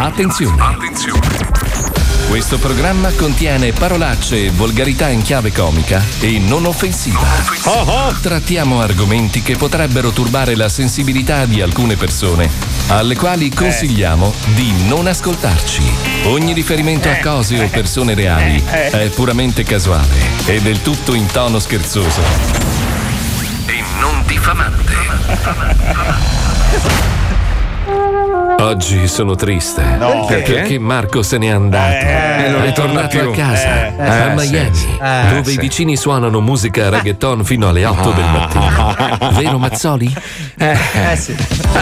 Attenzione! Questo programma contiene parolacce e volgarità in chiave comica e non offensiva. Trattiamo argomenti che potrebbero turbare la sensibilità di alcune persone, alle quali consigliamo di non ascoltarci. Ogni riferimento a cose o persone reali è puramente casuale e del tutto in tono scherzoso e non diffamante. Oggi sono triste perché Marco se n'è andato. È tornato a casa, a Miami, dove i vicini suonano musica reggaeton fino alle 8 del mattino. Vero Mazzoli? Sì.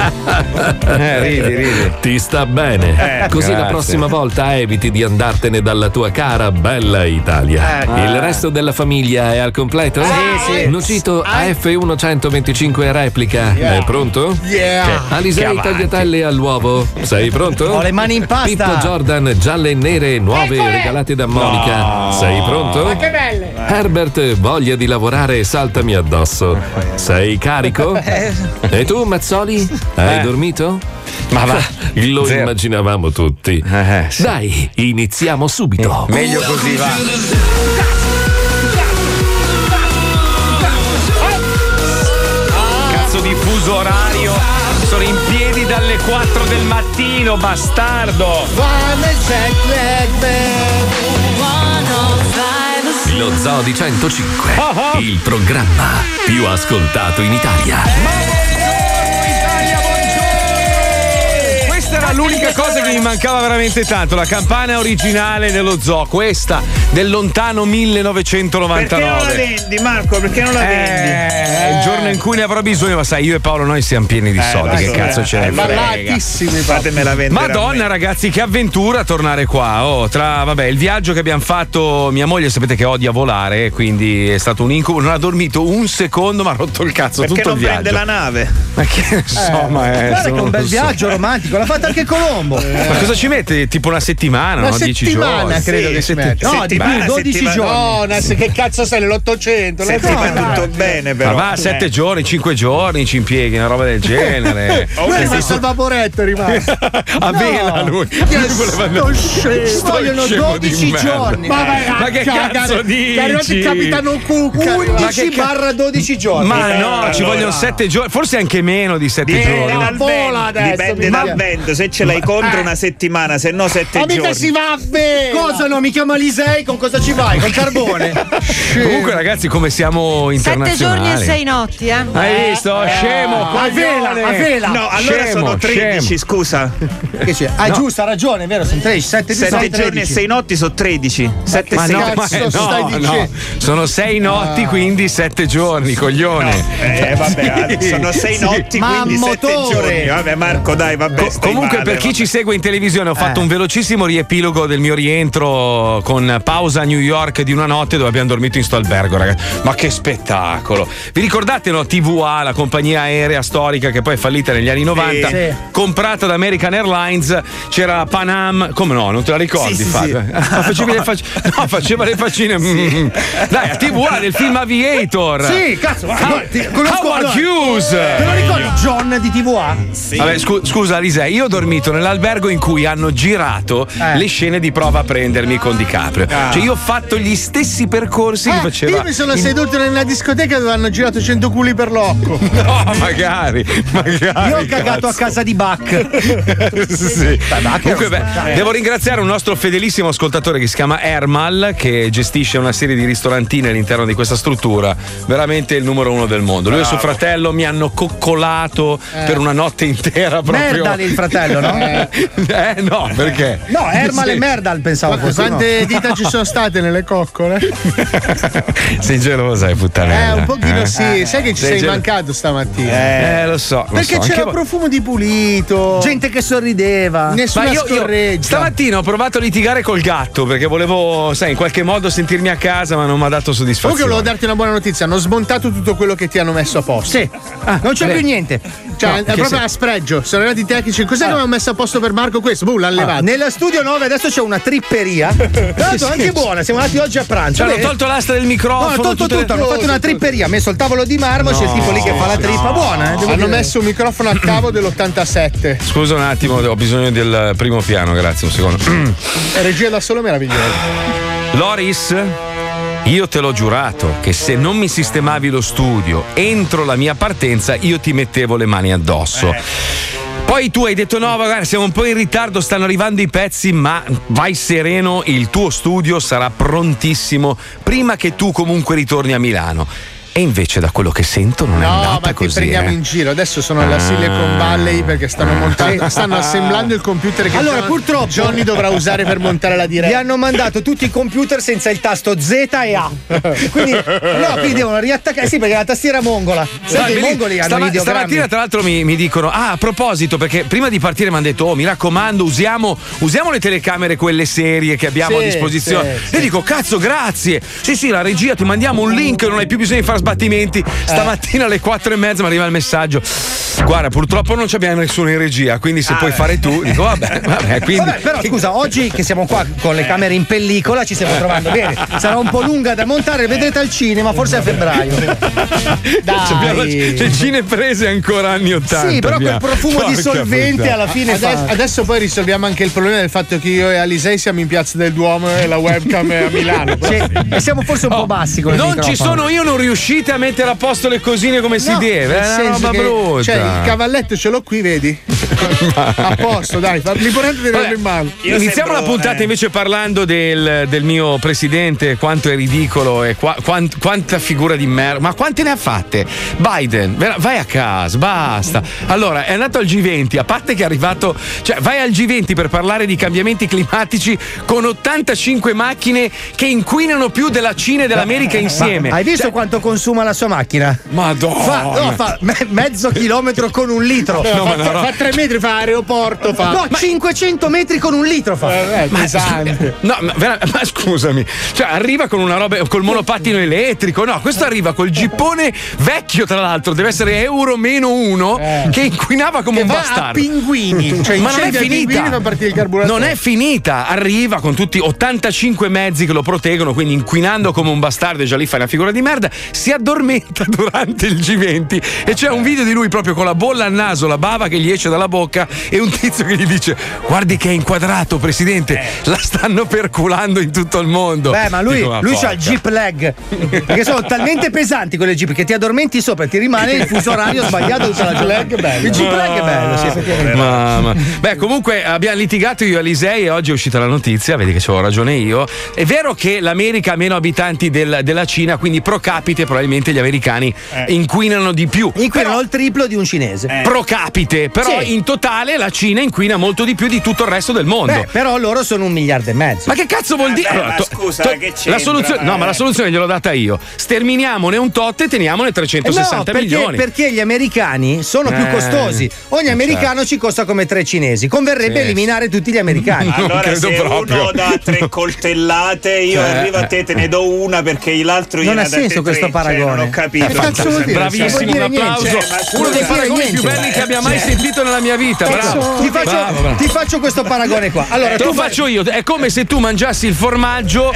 Ridi. Ti sta bene. Così grazie. La prossima volta eviti di andartene dalla tua cara bella Italia. Il resto della famiglia è al completo? Sì. Nucito AF1 125 replica. È pronto? Alisei tagliatelle all'uovo. Sei pronto? Ho le mani in pasta. Pippo Jordan gialle e nere nuove regalate da Monica. Sei pronto? Ma che belle! Herbert voglia di lavorare, saltami addosso. Sei carico? E tu Mazzoli? Hai dormito? Ma va. Lo Zero. immaginavamo tutti. Sì. Dai, iniziamo subito. Meglio così, va. Cazzo di fuso orario. Sono in piedi dalle 4 del mattino, bastardo. Lo Zoo di 105, il programma più ascoltato in Italia. Questa era l'unica cosa che mi mancava veramente tanto, la campana originale dello zoo, questa del lontano 1999. Perché non la vendi, Marco? Perché non la vendi? Il giorno in cui ne avrò bisogno, ma sai, io e Paolo noi siamo pieni di soldi, che cazzo ce ne frega. Fatemela vendere. Madonna ragazzi, che avventura tornare qua. Tra il viaggio che abbiamo fatto, mia moglie sapete che odia volare, quindi è stato un incubo, non ha dormito un secondo, ma ha rotto il cazzo perché tutto il viaggio. Perché non prende la nave? Ma che ne so, guarda che è un bel viaggio romantico, l'ha fatto anche Colombo. Ma cosa ci mette? Tipo una settimana, Una no? 10 settimana giorni. credo che si mette. No, di più, 12 giorni. No, che cazzo sei nell'800? Settimana tutto bene, però. Ma va, 7 giorni, 5 giorni ci impieghi, una roba del genere. Lui è rimasto al vaporetto, è rimasto. A vela lui. Vogliono 12 giorni. Ma che cazzo dici? È arrivato il capitano Cook. 11/12 giorni. Ma no, ci vogliono 7 giorni, forse anche meno di 7 giorni. Dipende dal vento, se ce l'hai contro una settimana, se no 7 giorni. Ma mica si va a vela. Cosa no? Mi chiama Lisei, con cosa ci vai? Con carbone? Comunque ragazzi, come siamo 7 internazionali. giorni e 6 notti, eh? Hai visto? Scemo, a vela. No, allora Scemo, sono 13, scemo. scusa. Che c'è? Ah, giusto, ha ragione, è vero, sono 13, 7 giorni e 6 notti sono 13. 7 Ma 6 no, no, sono 6 notti, quindi 7 giorni, coglione. Vabbè, sono 6 notti, quindi 7 giorni. Vabbè, Marco, dai, vabbè. Comunque, per chi ci segue in televisione, ho fatto un velocissimo riepilogo del mio rientro con pausa a New York di una notte dove abbiamo dormito in sto albergo, ragazzi. Ma che spettacolo! Vi ricordate, no? TVA, la compagnia aerea storica che poi è fallita negli anni 90, comprata da American Airlines, c'era Pan Am. Come no? Non te la ricordi? Sì. Facevi le faccine. No, faceva le faccine. Dai, a TVA del film Aviator. Sì, cazzo, Howard Hughes. Te lo ricordi John di TVA? Sì. Vabbè, scusa Lisa, io ho dormito nell'albergo in cui hanno girato le scene di Prova a prendermi con DiCaprio. Cioè io ho fatto gli stessi percorsi che faceva. Io mi sono seduto nella discoteca dove hanno girato 100 culi per l'occo. No, magari. Io ho cagato a casa di Bach. Sì. Comunque, devo ringraziare un nostro fedelissimo ascoltatore che si chiama Ermal, che gestisce una serie di ristorantini all'interno di questa struttura. Veramente il numero 1 del mondo. Lui e suo fratello mi hanno coccolato per una notte intera proprio. Merdal il fratello, no? No, perché? No, Ermal e Merdal pensavo fosse. Quante dita ci sono state nelle coccole? Sei gelosa, puttanella. Un pochino sì. Sai che ci sei mancato stamattina? Lo so. Perché c'era profumo di pulito. Gente che sorrideva. Nessuna scorreggia. Stamattina ho provato a litigare col gatto perché volevo, sai, in qualche modo sentirmi a casa, ma non mi ha dato soddisfazione. Comunque volevo darti una buona notizia. Hanno smontato tutto quello che ti hanno messo a posto. Sì. Non c'è più niente. Cioè, è proprio a spregio. Sono arrivati i tecnici. Cos'è che avevano messo a posto per Marco questo? L'hanno levato. Nella studio 9 adesso c'è una tripperia. Tra l'altro anche buona, siamo andati oggi a pranzo. Hanno tolto l'asta del microfono. No, hanno tolto tutto, hanno fatto una tripperia, ha messo il tavolo di marmo, c'è il tipo lì che fa la trippa, buona. Hanno messo un microfono a cavo dell'87. Scusa un attimo, ho bisogno del primo piano, grazie, un secondo. Regia da solo meravigliosa. Loris, io te l'ho giurato che se non mi sistemavi lo studio entro la mia partenza io ti mettevo le mani addosso. Poi tu hai detto no, guarda, siamo un po' in ritardo, stanno arrivando i pezzi, ma vai sereno, il tuo studio sarà prontissimo prima che tu comunque ritorni a Milano. E invece da quello che sento non è andata così. No, ma ti prendiamo in giro. Adesso sono alla Silicon Valley perché stanno montando, stanno assemblando il computer che purtroppo Johnny dovrà usare per montare la diretta. Gli hanno mandato tutti i computer senza il tasto Z e A. Quindi devono riattaccare. Sì, perché la tastiera mongola. Sai che i mongoli hanno stamattina tra l'altro mi dicono: a proposito, perché prima di partire mi hanno detto: mi raccomando, usiamo le telecamere quelle serie che abbiamo a disposizione. E dico: cazzo, grazie. Sì, la regia, ti mandiamo un link, non hai più bisogno di fare sbattimenti. Stamattina alle 4:30 mi arriva il messaggio: guarda, purtroppo non ci abbiamo nessuno in regia, quindi se puoi fare tu. Dico vabbè, quindi. Vabbè, però scusa, oggi che siamo qua con le camere in pellicola ci stiamo trovando bene. Sarà un po' lunga da montare, vedrete al cinema, forse a febbraio. Dai. Le cineprese ancora anni 80. Sì, però quel profumo di solvente alla fine adesso poi risolviamo anche il problema del fatto che io e Alisei siamo in Piazza del Duomo e la webcam è a Milano. E siamo forse un po' bassi con il non ci sono io, non riuscite a mettere a posto le cosine come si deve. È una roba brutta. Cioè, il cavalletto ce l'ho qui, vedi? A posto, dai, l'importante è tenerlo in mano. Iniziamo la puntata invece parlando del mio presidente, quanto è ridicolo e quanta figura di merda. Ma quante ne ha fatte? Biden, vai a casa, basta. Allora, è andato al G20, a parte che è arrivato, cioè vai al G20 per parlare di cambiamenti climatici con 85 macchine che inquinano più della Cina e dell'America insieme. Hai visto quanto consuma la sua macchina? Madonna. Fa mezzo chilometro con un litro. Fa 3 metri, fa aeroporto. No, 500 metri con un litro fa. Pesante. Ma scusami, cioè arriva con una roba col monopattino elettrico. No, questo arriva col gippone vecchio, tra l'altro, deve essere Euro -1 che inquinava come un bastardo. A pinguini. Cioè, ma non è finita. Fa partire il carburatore. Non è finita. Arriva con tutti 85 mezzi che lo proteggono, quindi inquinando come un bastardo, e già lì fai una figura di merda. Si addormenta durante il G20 e c'è un video di lui proprio con la bolla al naso, la bava che gli esce dalla bocca e un tizio che gli dice: guardi che è inquadrato, presidente, la stanno perculando in tutto il mondo. Beh, ma lui c'ha il Jeep lag, perché sono talmente pesanti quelle Jeep che ti addormenti sopra e ti rimane il fuso orario sbagliato tutta la giornata. Il Jeep lag è bello, sì, effettivamente. Beh, comunque abbiamo litigato io e Alisei e oggi è uscita la notizia, vedi che c'avevo ragione io. È vero che l'America ha meno abitanti della Cina, quindi pro capite probabilmente gli americani inquinano di più. Inquinano il triplo di un cinese. Pro capite, però in totale la Cina inquina molto di più di tutto il resto del mondo. Beh, però loro sono 1,5 miliardi. Ma che cazzo vuol dire? Ma scusa, che c'è? La soluzione, ma la soluzione gliel'ho data io. Sterminiamone un tot e teniamone 360 milioni. Perché gli americani sono più costosi. Ogni americano ci costa come 3 cinesi. Converrebbe eliminare tutti gli americani. Allora, se uno dà 3 coltellate, io arrivo a te ne do una perché l'altro non ha senso questo paragone. Non ho capito. Bravissimo, un applauso. Uno dei paragoni più belli che abbia mai sentito nella mia vita. Bravo. Ti faccio questo paragone qua. Allora, te lo faccio io. È come se tu mangiassi il formaggio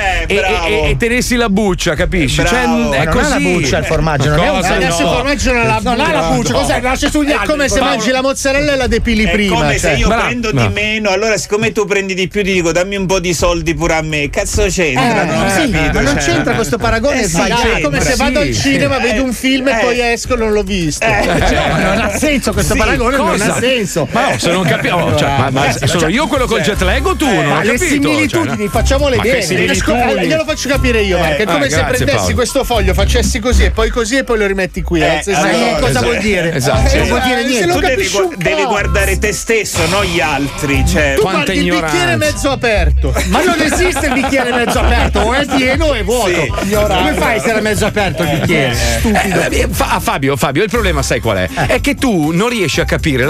e tenessi la buccia, capisci? Cioè, è così. Non ha la buccia il formaggio, non è un adesso il formaggio non ha la buccia. Cos'è? Lascia sugli altri. È come se mangi la mozzarella e la depili prima. È come se io prendo di meno, allora siccome tu prendi di più ti dico dammi un po' di soldi pure a me. Cazzo c'entra? Non ho capito. Ma non c'entra questo paragone, è sbagliato. È come se vado al cinema, vedo un film e poi esco e non l'ho visto. Non ha senso questo paragone, non ha senso. Ma se non capiamo, sono io quello col jet lag o tu? Ma le similitudini, facciamole bene. Glielo faccio capire io, Marco. È come se prendessi questo foglio, facessi così e poi lo rimetti qui. Cosa vuol dire? Esatto. Non vuol dire niente. Tu devi guardare te stesso, non gli altri. Tu guardi il bicchiere mezzo aperto. Ma non esiste il bicchiere mezzo aperto, o è pieno o è vuoto. Come fai se era mezzo aperto il bicchiere? Stupido. Fabio, il problema sai qual è? È che tu non riesci a capire la differenza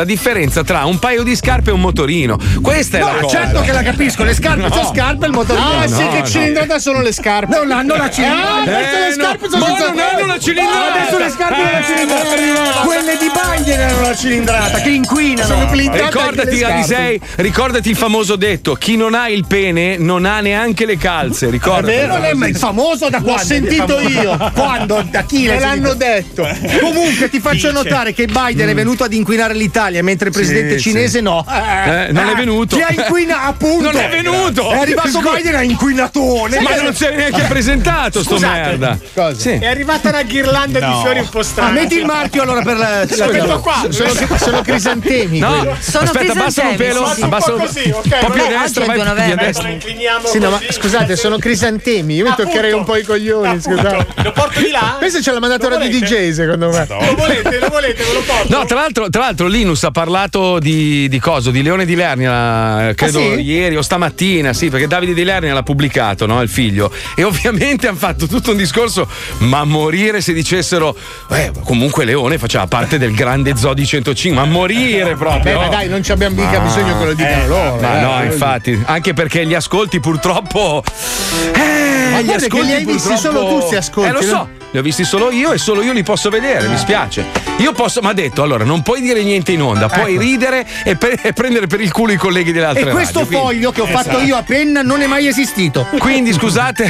differenza tra un paio di scarpe e un motorino. Questa è la cosa. Certo che la capisco, le scarpe sono scarpe e il motorino. Che cilindrata sono le scarpe? Non hanno la cilindrata. Le scarpe sono non hanno la cilindrata. Adesso le scarpe non la cilindrata. Quelle di Biden hanno la cilindrata, che inquinano. Sono blintate. Ricordati, Alisei, ricordati il famoso detto: chi non ha il pene non ha neanche le calze. Ricorda? Non è il famoso da quando? L'ho sentito io. Quando? Da chi me l'hanno detto? Comunque ti faccio notare che Biden è venuto ad inquinare l'Italia, mentre il presidente cinese no. Non è venuto. Chi ha inquinato? Appunto. Non è venuto. È arrivato Biden a inquinatone. Ma non si è neanche presentato, sto merda. Cosa? Sì. È arrivata una ghirlanda di fiori un po' strana. Metti il marchio allora per la qua. Sono crisantemi. No, Sono aspetta, abbassa un pelo. Abbassa un così, ok. po' più a Vabbè, destra, oggi è vai il 2 più a novembre. destra. Lo incliniamo Sì, no, ma così. scusate, sono crisantemi. Io mi toccherei un po' i coglioni, scusate. Lo porto di là? Questo c'è la mandatura di DJ, secondo me. Lo volete, ve lo porto. No, tra l'altro Linus ha parlato di cosa? Di Leone di Lernia, credo sì? ieri o stamattina, sì, perché Davide di Lernia l'ha pubblicato, no? Il figlio. E ovviamente hanno fatto tutto un discorso, ma morire se dicessero comunque Leone faceva parte del grande zoo di 105, ma morire proprio. Ma dai, non ci abbiamo mica bisogno che lo dicano loro. Ma no, infatti, anche perché gli ascolti purtroppo. Ma guarda che li hai visti solo tu, sti ascolti. Lo so. Li ho visti solo io e solo io li posso vedere, mi spiace. Io posso, ma ha detto, allora non puoi dire niente in onda, puoi ridere e prendere per il culo i colleghi delle altre E questo radio, foglio che ho fatto io a penna non è mai esistito. Quindi scusate.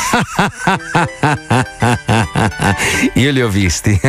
Io li ho visti.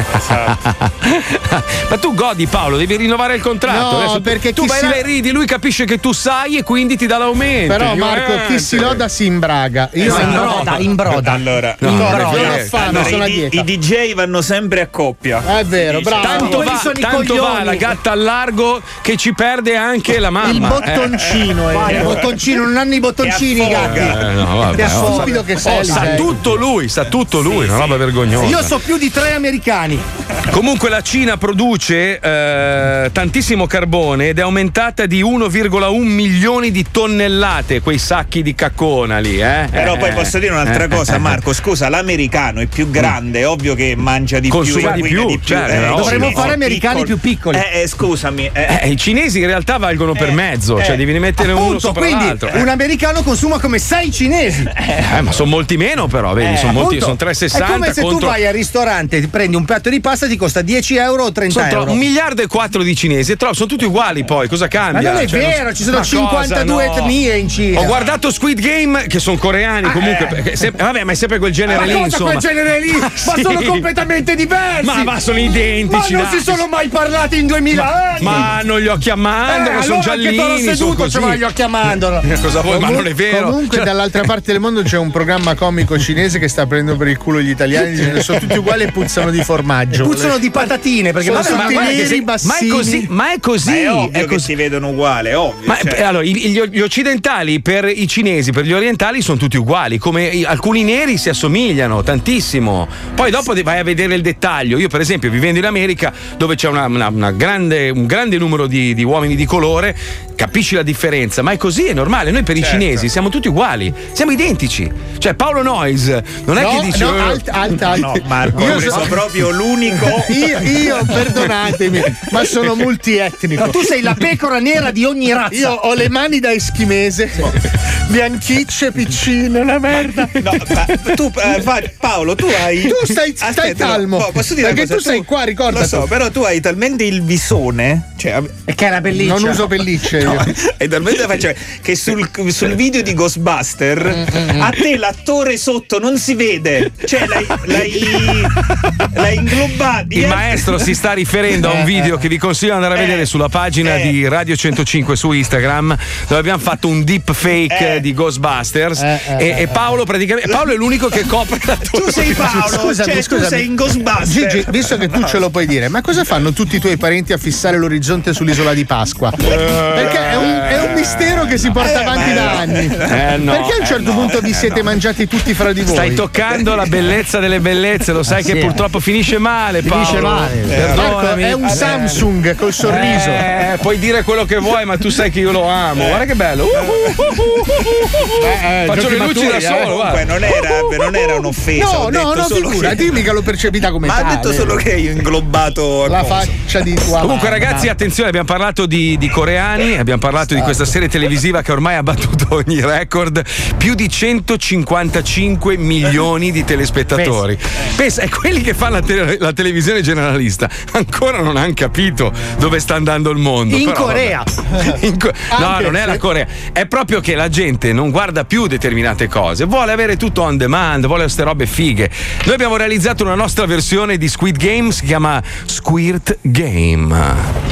Ma tu godi, Paolo, devi rinnovare il contratto. No, adesso perché tu chi vai si- là e ridi, lui capisce che tu sai e quindi ti dà l'aumento. Però Marco, chi si loda si imbraga. Io Imbroda. Allora, non ho fame, allora, sono a i dieta. DJ vanno sempre a coppia. È vero, bravo. Tanto quelli sono i va coglioni. la gatta al largo che ci perde anche la mamma. Il bottoncino Il bottoncino, non hanno i bottoncini i gatti. No, vabbè, Che stupido che sei. sa Elisei. tutto lui, una roba vergognosa. Io so più di 3 americani. Comunque la Cina produce tantissimo carbone ed è aumentata di 1,1 milioni di tonnellate quei sacchi di caccona lì. Però poi posso dire un'altra cosa, Marco. Scusa, l'americano è più grande, è ovvio che mangia di Consuma più, di inquina più, certo, Dovremmo sì, fare americani piccolo. più piccoli. Scusami. I cinesi in realtà valgono per mezzo, cioè devi ne mettere uno Appunto, sopra quindi l'altro. un americano consuma come 6 cinesi. Ma sono molti meno, però, vedi, sono molti, sono Appunto, 3,60 è come se tu contro. vai al ristorante, ti prendi un piatto di pasta, ti costa 10 euro o 30 euro. 1,4 miliardi di cinesi, sono tutti uguali poi, cosa Ma cambia? non è Cioè, vero, ci sono ma 52 cosa, no? etnie in Cina. Ho guardato Squid Game, che sono coreani comunque. Perché vabbè, ma è sempre quel genere lì, cosa insomma. quel genere lì? Ma sì. sono completamente diversi. Ma sono identici. Ma non dai. si sono mai parlati in 2000 anni. Ma hanno gli occhi a mandorla, sono allora anche Toro giallini. sono seduto così. c'aveva gli occhi a mandorla. Cosa vuoi? Ma non è vero. Comunque, Cioè, dall'altra parte del mondo c'è un programma comico cinese che sta prendendo per il culo gli italiani dicendo sono tutti uguali e puzzano di formaggio. Puzzano di patatine perché Sono non sono tutti guarda che neri, se- bassini. ma è così. È ovvio è che così. si vedono uguale, ovvio. Ma cioè. allora, gli occidentali per i cinesi, per gli orientali sono tutti uguali, come alcuni neri si assomigliano tantissimo. Poi dopo vai a vedere il dettaglio. Io per esempio vivendo in America dove c'è un grande numero di uomini di colore, capisci la differenza, ma è così, è normale. Noi per i cinesi siamo tutti uguali, siamo identici. Cioè Paolo Noyes non è che dice alt. No, Marco, Io ho preso sono- proprio l'unico. Io, perdonatemi, ma sono multietnico. Ma tu sei la pecora nera di ogni razza. Io ho le mani da eschimese, bianchicce, piccine, una merda. No, ma tu, Paolo, tu hai. Tu stai Aspetta, calmo. no, posso dire una Perché cosa? tu sei qua, ricordati. Lo so, però tu hai talmente il visone. Cioè, Che era bellissima. Non uso pellicce io. è talmente facile che sul video di Ghostbuster a te l'attore sotto non si vede. Cioè, l'hai inglobato. il maestro si sta riferendo a un video che vi consiglio di andare a vedere sulla pagina di Radio 105 su Instagram, dove abbiamo fatto un deep fake di Ghostbusters e Paolo praticamente Paolo è l'unico che copre l'attore. Tu sei Paolo, Scusami. tu sei in Ghostbuster. Gigi, visto che tu ce lo puoi dire, ma cosa fanno tutti i tuoi parenti a fissare l'orizzonte sull'isola di Pasqua? Perché è un mistero che si porta avanti da anni. No, perché a un certo punto vi siete mangiati tutti fra di voi? Stai toccando la bellezza delle bellezze, lo sai che purtroppo finisce male, Paolo. Finisce male. Perdonami. È un Samsung col sorriso. Puoi dire quello che vuoi, ma tu sai che io lo amo. Guarda che bello. Faccio le luci da solo. Comunque non era un'offesa. No, figurati, mica l'ho percepita come tale. Ma ha detto solo che io ho inglobato la faccia di tua. Comunque, ragazzi, attenzione, abbiamo parlato di coreani, abbiamo parlato di questa serie televisiva che ormai ha battuto ogni record, più di 155 milioni di telespettatori. Pensa, e quelli che fanno la televisione generalista ancora non hanno capito dove sta andando il mondo. In però, Corea. No, non è la Corea, è proprio che la gente non guarda più determinate cose, vuole avere tutto on demand, vuole queste robe fighe. Noi abbiamo realizzato una nostra versione di Squid Game, si chiama Squirt Game.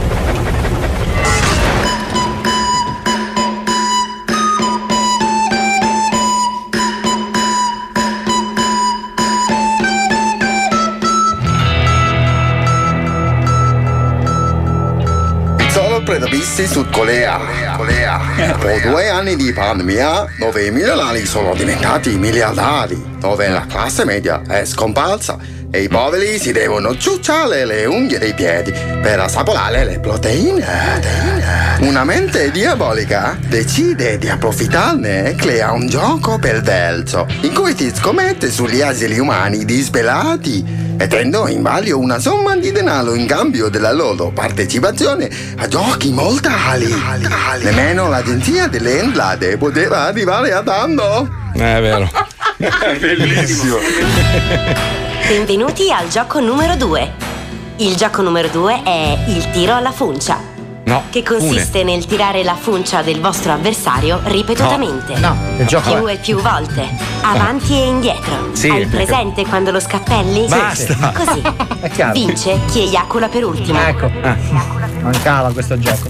Previsti Sud Corea. Dopo 2 anni di pandemia, 9 milionari sono diventati miliardari, dove la classe media è scomparsa e i poveri si devono ciucciare le unghie dei piedi per assaporare le proteine. Una mente diabolica decide di approfittarne e crea un gioco perverso in cui ti scommette sugli esseri umani disperati, mettendo in palio una somma di denaro in cambio della loro partecipazione a giochi mortali. Nemmeno l'agenzia delle entrate poteva arrivare a tanto. È vero. Bellissimo. Benvenuti al gioco numero 2. Il gioco numero 2 è il tiro alla funcia. No, che consiste nel tirare la funcia del vostro avversario ripetutamente. Il gioco più e più volte, avanti e indietro. Sì. Hai presente quando lo scappelli? Basta. Così. È chiaro. Vince chi eiacula per ultimo. Ecco. Mancava questo gioco.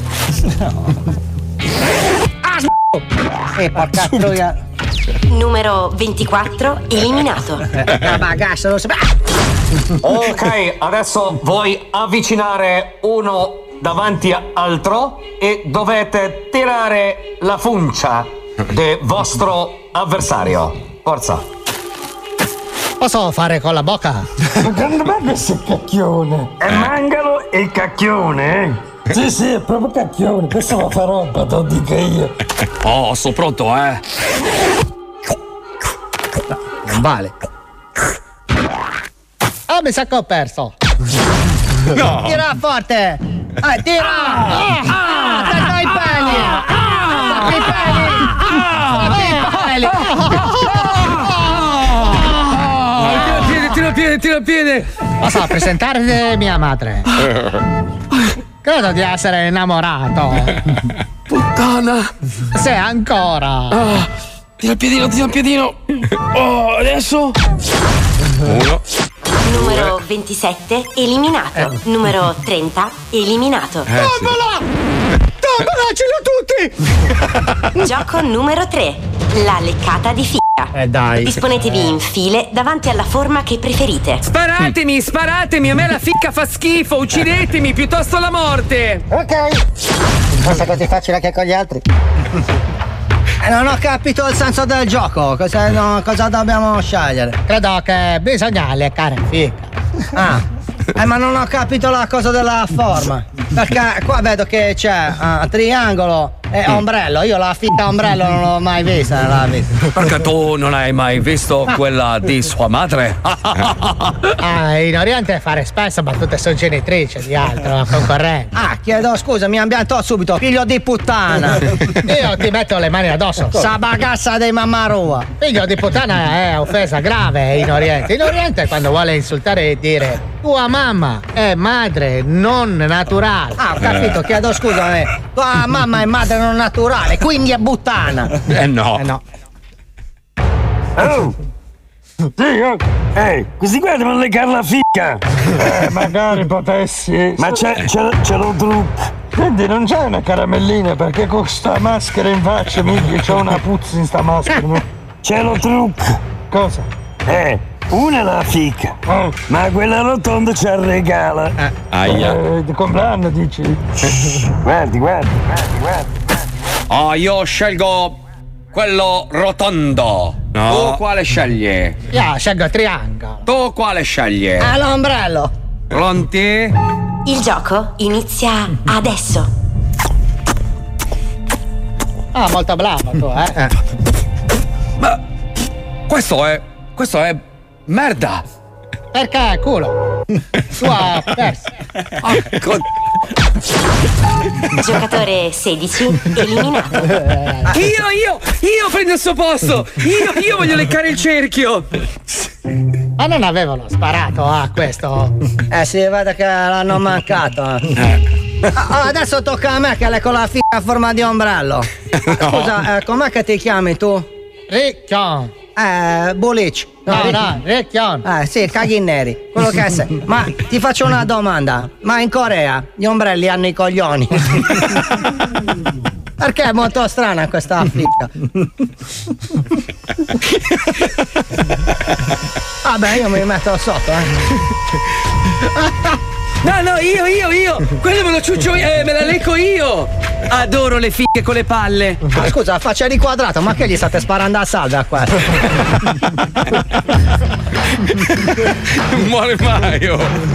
Porca troia. Numero 24, eliminato. Bagassa, lo Ok, adesso vuoi avvicinare uno davanti all'altro e dovete tirare la funcia del vostro avversario. Forza. Posso fare con la bocca? Ma grande bello questo cacchione. È mangalo e il cacchione, eh? Sì, è proprio cacchione. Questo lo farò, te lo dico io. Oh, sono pronto, Non vale. Oh, mi sa che ho perso. No. Tira forte. Tira. Attacca i peli. Tira il piede. Posso presentare mia madre? Credo di essere innamorato. Puttana. Se ancora. Tira il piedino. Oh, adesso. 1. Numero 27, eliminato. Numero 30, eliminato. Tombola, ce l'ho tutti! Gioco numero 3, la leccata di figa. Dai. Disponetevi in file davanti alla forma che preferite. Sparatemi, a me la ficca fa schifo, uccidetemi piuttosto la morte. Ok. Forse così facile anche con gli altri. Non ho capito il senso del gioco. Cosa dobbiamo scegliere? Credo che bisogna leccare fica. Ma non ho capito la cosa della forma. Perché qua vedo che c'è triangolo e ombrello. Io la fitta ombrello non l'ho mai vista. Perché tu non hai mai visto quella di sua madre? In Oriente fare spesso battute soggenitrici di altro concorrente. Chiedo scusa, mi ambientò subito, figlio di puttana. Io ti metto le mani addosso. Sa bagassa dei mammarua. Figlio di puttana è offesa grave in Oriente. In Oriente quando vuole insultare e dire tua mamma è madre non naturale. Ho capito, chiedo scusa. Tua mamma è madre non naturale, quindi è puttana. No. Oh! Sì, questi qua devono leccare la fica! Magari potessi. Ma c'è lo trucco! Quindi non c'è una caramellina perché con sta maschera in faccia mica c'ho una puzza in sta maschera. C'è lo trucco! Cosa? Una è la fica, ma quella rotonda c'è il regalo. Aia. Di compleanno dici? Guardi. Oh, io scelgo quello rotondo. No. Tu quale scegli? Io scelgo il triangolo. Tu quale scegli? L'ombrello. Pronti? Il gioco inizia adesso. Molto bravo tu, Ma questo è merda. Perché, culo? Tu hai perso. Giocatore 16 eliminato. Io prendo il suo posto. Io voglio leccare il cerchio. Ma non avevano sparato a questo? Si vede che l'hanno mancato. Adesso tocca a me che lecco la figa a forma di ombrello. Scusa, com'è che ti chiami tu? Ricchion. Bulic. No, Ricchion. Sì, caghi neri. Quello che sei. Ma ti faccio una domanda. Ma in Corea gli ombrelli hanno i coglioni? Perché è molto strana questa figa. Vabbè, io mi metto sotto, No, io. Quello me lo ciuccio io, me la lecco io. Adoro le fighe con le palle. Scusa, faccia riquadrato, ma che gli state sparando a salve qua? Non muore mai.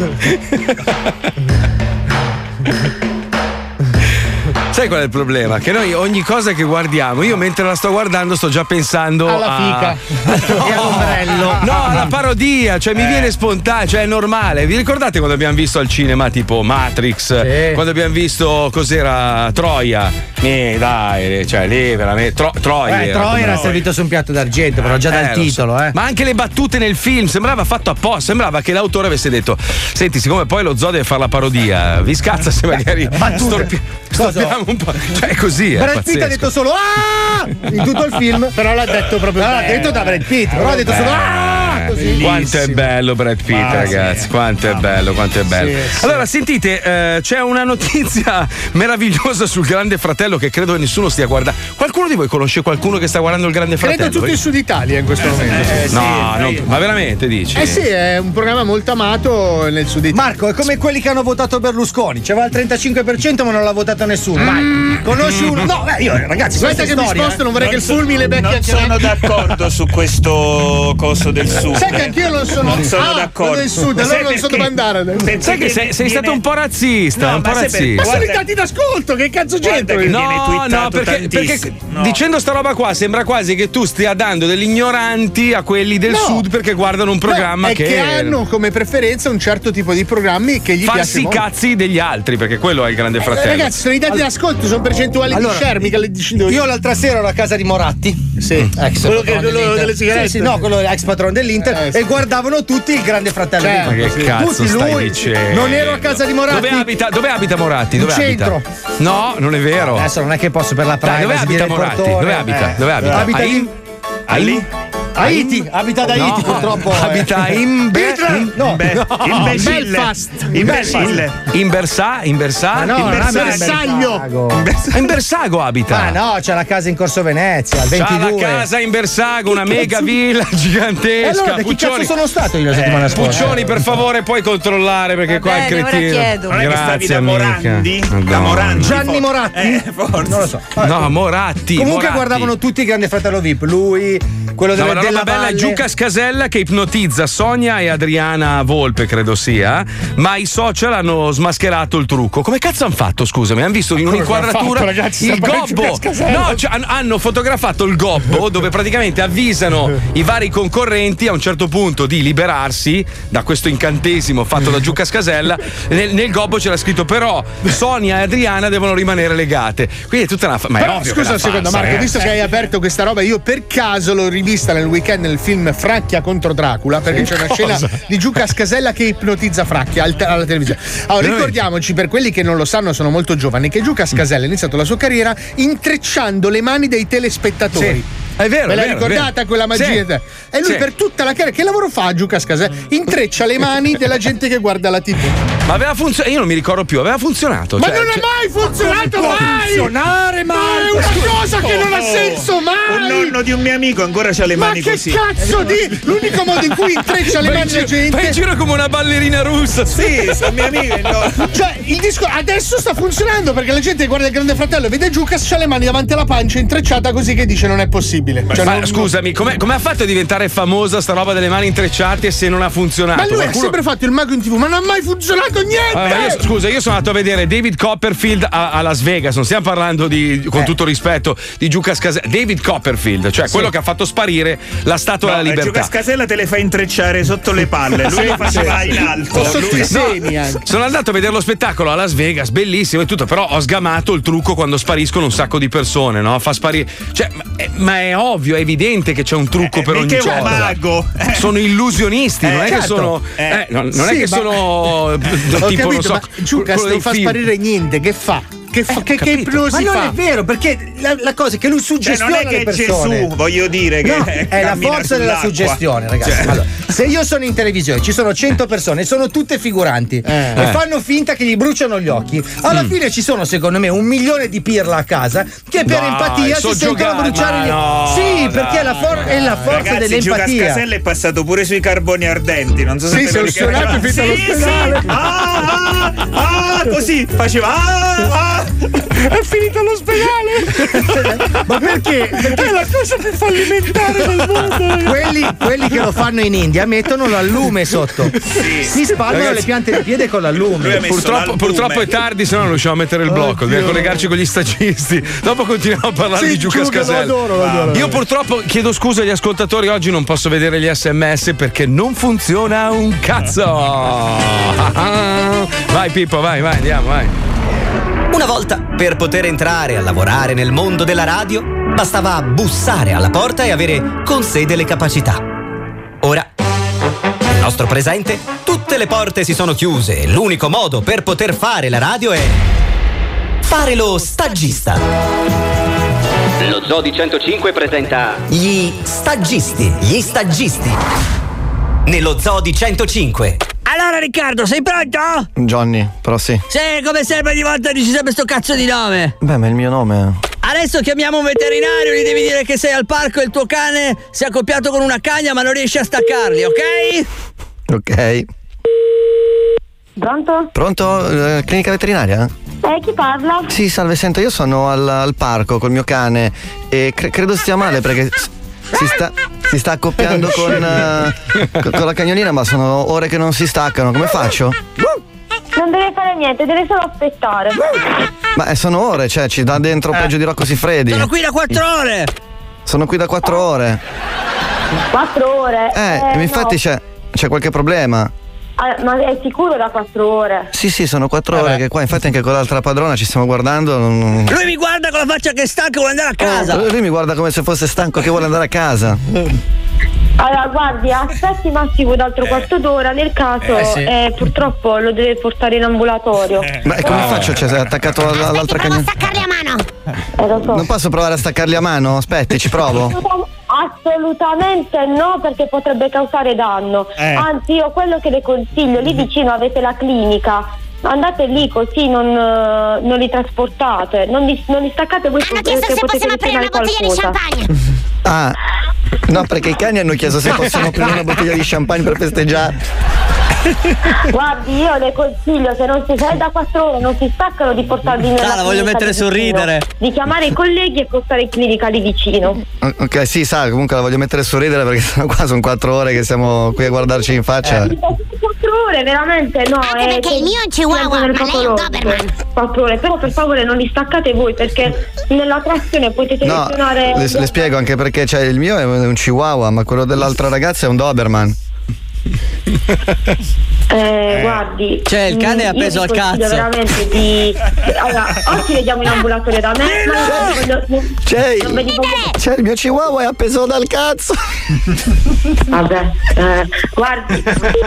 Sai qual è il problema? Che noi ogni cosa che guardiamo, io mentre la sto guardando sto già pensando alla fica. No, alla parodia, cioè mi viene spontaneo, cioè è normale. Vi ricordate quando abbiamo visto al cinema tipo Matrix? Sì. Quando abbiamo visto cos'era Troia? Dai, cioè lì veramente Troia. Troia era servito su un piatto d'argento, però già dal titolo, Ma anche le battute nel film sembrava fatto apposta, sembrava che l'autore avesse detto: senti, siccome poi lo zoo deve fare la parodia, vi scazza se magari storpiamo un po'. Cioè così, Brad Pitt ha detto solo in tutto il film, però l'ha detto proprio l'ha detto da Brad Pitt, però ha detto solo così. Quanto è bello Brad Pitt, ragazzi, quanto è bello. Sì. Allora, sentite, c'è una notizia meravigliosa sul Grande Fratello che credo che nessuno stia guardando. Qualcuno di voi conosce qualcuno che sta guardando il Grande Fratello? Credo tutto il Sud Italia in questo momento. Ma veramente dici? Sì, è un programma molto amato nel Sud Italia. Marco, è come quelli che hanno votato Berlusconi, c'era il 35% ma non l'ha votato nessuno. Vai. Conosci uno? No, io ragazzi, aspetta che mi sposto, non vorrei che il fulmine becchi anche me. Non sono d'accordo su questo coso del Sud. Sai che anch'io non sono d'accordo. Del Sud, allora non so dove andare. Sai che sei stato un po' razzista, Ma sono i dati d'ascolto, che cazzo c'entra? No, perché dicendo sta roba qua sembra quasi che tu stia dando degli ignoranti a quelli del Sud perché guardano un programma che hanno come preferenza un certo tipo di programmi che gli farsi piace i cazzi degli altri, perché quello è il Grande Fratello. Ragazzi, sono i dati d'ascolto, sono percentuali di share, mica le decido io l'altra sera ero a casa di Moratti. Sì. Quello delle sigarette. Sì, no, quello ex patron dell'Inter e guardavano tutti il Grande Fratello. Ma che cazzo tutti, stai lui, dicendo? non ero a casa di Moratti. Dove abita Moratti? Dove in centro. No, non è vero. Adesso non è che posso per la privacy. Dove abita Moratti? Dove abita? Abita lì? Haiti, abita da Haiti purtroppo. Abita in Belfast. In Bersago abita. Ma no, c'è la casa in Corso Venezia, al 22. C'ha la casa in Bersago, una mega villa gigantesca. Allora, da chi cazzo sono stato io la settimana scorsa? Puccioni, per favore, puoi controllare perché qua il cretino. Non è che stavi da Morandi? Gianni Moratti? Forse. Non lo so. No, Moratti. Comunque guardavano tutti il Grande Fratello VIP. Lui, quello della bella Giuca Scasella che ipnotizza Sonia e Adriana Volpe, credo sia, ma i social hanno smascherato il trucco. Come cazzo hanno fatto, scusami? Hanno visto in un'inquadratura il gobbo. No, hanno fotografato il gobbo dove praticamente avvisano i vari concorrenti a un certo punto di liberarsi da questo incantesimo fatto da Giuca Scasella. Nel gobbo c'era scritto però Sonia e Adriana devono rimanere legate. Quindi è tutta una ma è ovvio. Scusa un secondo, Marco, visto che hai aperto questa roba, io per caso l'ho rivista nel weekend nel film Fracchia contro Dracula, perché c'è una scena di Giuca Scasella che ipnotizza Fracchia alla televisione. Allora, ricordiamoci, per quelli che non lo sanno, sono molto giovani, che Giuca Scasella ha iniziato la sua carriera intrecciando le mani dei telespettatori. Sì. È vero. Ve l'hai ricordata quella magia? Sì. E lui per tutta la carriera, che lavoro fa Giuca Scasella? Intreccia le mani della gente che guarda la TV. Ma aveva funzionato? Io non mi ricordo più, aveva funzionato. Ma non ha mai funzionato, mai! Funzionare, mai! È una cosa che non ha senso mai? Un nonno di un mio amico ancora c'ha le mani così. Ma che cazzo di? L'unico modo in cui intreccia le mani la gente. Vai in giro come una ballerina russa. Sì, sono miei amici. No. Cioè, il disco adesso sta funzionando perché la gente guarda il Grande Fratello e vede Giucas, c'ha le mani davanti alla pancia intrecciata così che dice non è possibile. Cioè, ma scusami, come ha fatto a diventare famosa sta roba delle mani intrecciate se non ha funzionato? Ma lui ha sempre fatto il mago in TV, ma non ha mai funzionato niente! Scusa, io sono andato a vedere David Copperfield a Las Vegas, non stiamo parlando con tutto rispetto di Giucas Casella. David Copperfield, cioè quello che ha fatto sparire la Statua della Libertà. Giucas Casella te le fa intrecciare sotto le palle, lui le faceva in alto. Sono andato a vedere lo spettacolo a Las Vegas, bellissimo e tutto, però ho sgamato il trucco quando spariscono un sacco di persone, no? Fa sparire. Cioè, ma è ovvio, è evidente che c'è un trucco per ogni cosa. È un mago. Sono illusionisti, non è che sono. Non è che sono tipo, non so. Giucas non fa sparire niente, che fa? Che ipnosi ma fa? non è vero, perché la cosa è che lui suggestiona non è che le persone. Gesù, voglio dire che no, è la forza della suggestione, ragazzi. Cioè. Allora, se io sono in televisione, ci sono 100 persone, sono tutte figuranti e fanno finta che gli bruciano gli occhi. Alla fine ci sono, secondo me, 1 milione di pirla a casa che per empatia si sentono bruciare gli occhi. Sì, perché è la forza dell'empatia. Giucas Casella è passato pure sui carboni ardenti, non so se te lo ricordi. Così faceva è finito all'ospedale. Ma perché? È la cosa più fallimentare del mondo. Quelli che lo fanno in India mettono l'allume sotto. Si spalmano le piante di piede con l'allume. Purtroppo è tardi, se no non riusciamo a mettere il blocco. Dobbiamo collegarci con gli stagisti. Dopo continuiamo a parlare di Giucas Casella. Lo adoro. Io purtroppo chiedo scusa agli ascoltatori, oggi non posso vedere gli SMS perché non funziona un cazzo. Vai Pippo, vai, andiamo, vai. Una volta, per poter entrare a lavorare nel mondo della radio, bastava bussare alla porta e avere con sé delle capacità. Ora, nel nostro presente, tutte le porte si sono chiuse e l'unico modo per poter fare la radio è fare lo stagista. Lo Zoo di 105 presenta Gli stagisti. Nello Zoo di 105. Allora Riccardo, sei pronto? Johnny, però sì. Sì, come sempre ogni volta dici sempre sto cazzo di nome. Beh, ma è il mio nome. Adesso chiamiamo un veterinario, gli devi dire che sei al parco e il tuo cane si è accoppiato con una cagna ma non riesci a staccarli, ok? Ok. Pronto? Pronto? Clinica veterinaria? Chi parla? Sì, salve, senta, io sono al parco col mio cane e credo stia male perché si sta accoppiando con la cagnolina, ma sono ore che non si staccano. Come faccio? Non deve fare niente, deve solo aspettare. Ma sono ore, cioè ci dà dentro peggio di Rocco Siffredi. Sono qui da 4 ore. Sono qui da 4 ore. 4 ore? Infatti no. c'è qualche problema. Ma è sicuro da 4 ore? Sì, sono 4 ore che qua, infatti anche con l'altra padrona ci stiamo guardando. Lui mi guarda con la faccia che è stanco e vuole andare a casa. Lui mi guarda come se fosse stanco che vuole andare a casa. Allora, guardi, aspetti massimo d'altro quarto d'ora, nel caso purtroppo lo deve portare in ambulatorio. Ma come faccio? Cioè, sei attaccato all'altra cagnolina? Staccarli a mano! Lo so. Non posso provare a staccarli a mano? Aspetti, ci provo. Assolutamente no, perché potrebbe causare danno. Anzi, io quello che le consiglio, lì vicino avete la clinica. Andate lì così non li trasportate, non li staccate voi. Hanno chiesto se possiamo aprire una bottiglia di champagne. Ah, no, perché i cani hanno chiesto se possiamo aprire una bottiglia di champagne per festeggiare. Guardi, io le consiglio, se è da 4 ore non si staccano, di portarli nella la voglio mettere sul ridere. Di chiamare i colleghi e portare in clinica lì vicino. Ok, sì, sa, comunque la voglio mettere sul ridere perché sennò qua sono 4 ore che siamo qui a guardarci in faccia. 4 ore, veramente no. Anche perché il mio è un chihuahua, ma lei è un Doberman. 4 ore, però per favore non li staccate voi, perché nella trazione potete selezionare. Le spiego anche perché il mio è un chihuahua, ma quello dell'altra ragazza è un Doberman. Guardi, cioè il cane è appeso al cazzo. Veramente di. Allora, o ci vediamo in ambulatorio da me. C'è il mio chihuahua è appeso dal cazzo. Vabbè, guardi.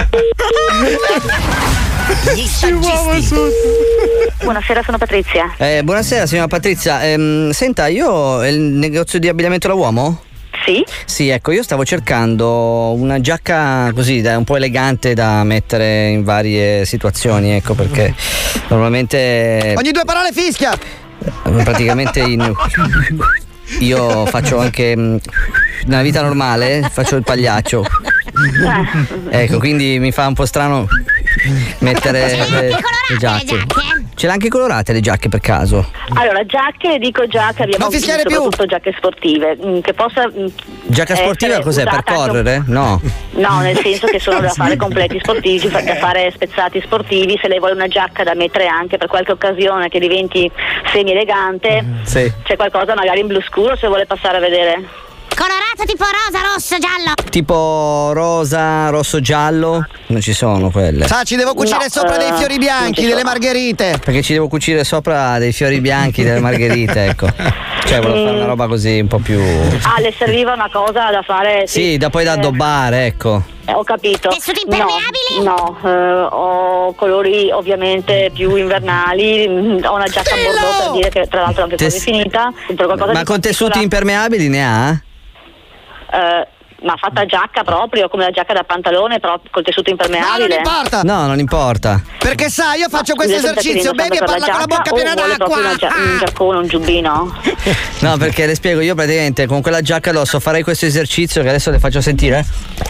Buonasera, sono Patrizia. Buonasera signora Patrizia. Senta, io il negozio di abbigliamento da uomo? Sì? Sì, ecco, io stavo cercando una giacca così, un po' elegante da mettere in varie situazioni, ecco, perché normalmente ogni 2 parole fischia! Praticamente io faccio anche nella vita normale, faccio il pagliaccio. Ecco, quindi mi fa un po' strano mettere le giacche. Ce l'ha anche colorate le giacche per caso? Allora, giacche, dico già che abbiamo soprattutto giacche sportive. Che possa. Giacca sportiva cos'è? Per correre? No. No, nel senso che sono da fare completi sportivi, da fare spezzati sportivi. Se lei vuole una giacca da mettere anche per qualche occasione che diventi semi elegante, sì. C'è qualcosa magari in blu scuro se vuole passare a vedere. Colorato tipo rosa, rosso, giallo. Tipo rosa, rosso, giallo? Non ci sono quelle. Sa, ci devo cucire sopra dei fiori bianchi, delle margherite. Perché ci devo cucire sopra dei fiori bianchi, delle margherite, ecco. Cioè, volevo fare una roba così un po' più. Ah, le serviva una cosa da fare. Sì, da poi da addobbare, ecco. Ho capito. Tessuti impermeabili? No, ho colori ovviamente più invernali. Ho una giacca bordeaux, per dire, che tra l'altro è anche quasi finita. Ma con tessuti impermeabili ne ha? Ma fatta giacca proprio, come la giacca da pantalone, però col tessuto impermeabile. No, non importa. No, non importa. Perché sai, io faccio questo esercizio, bevi e parla con la bocca piena d'acqua. Un giaccone, un giubbino. No, perché le spiego, io praticamente con quella giacca addosso farei questo esercizio che adesso le faccio sentire.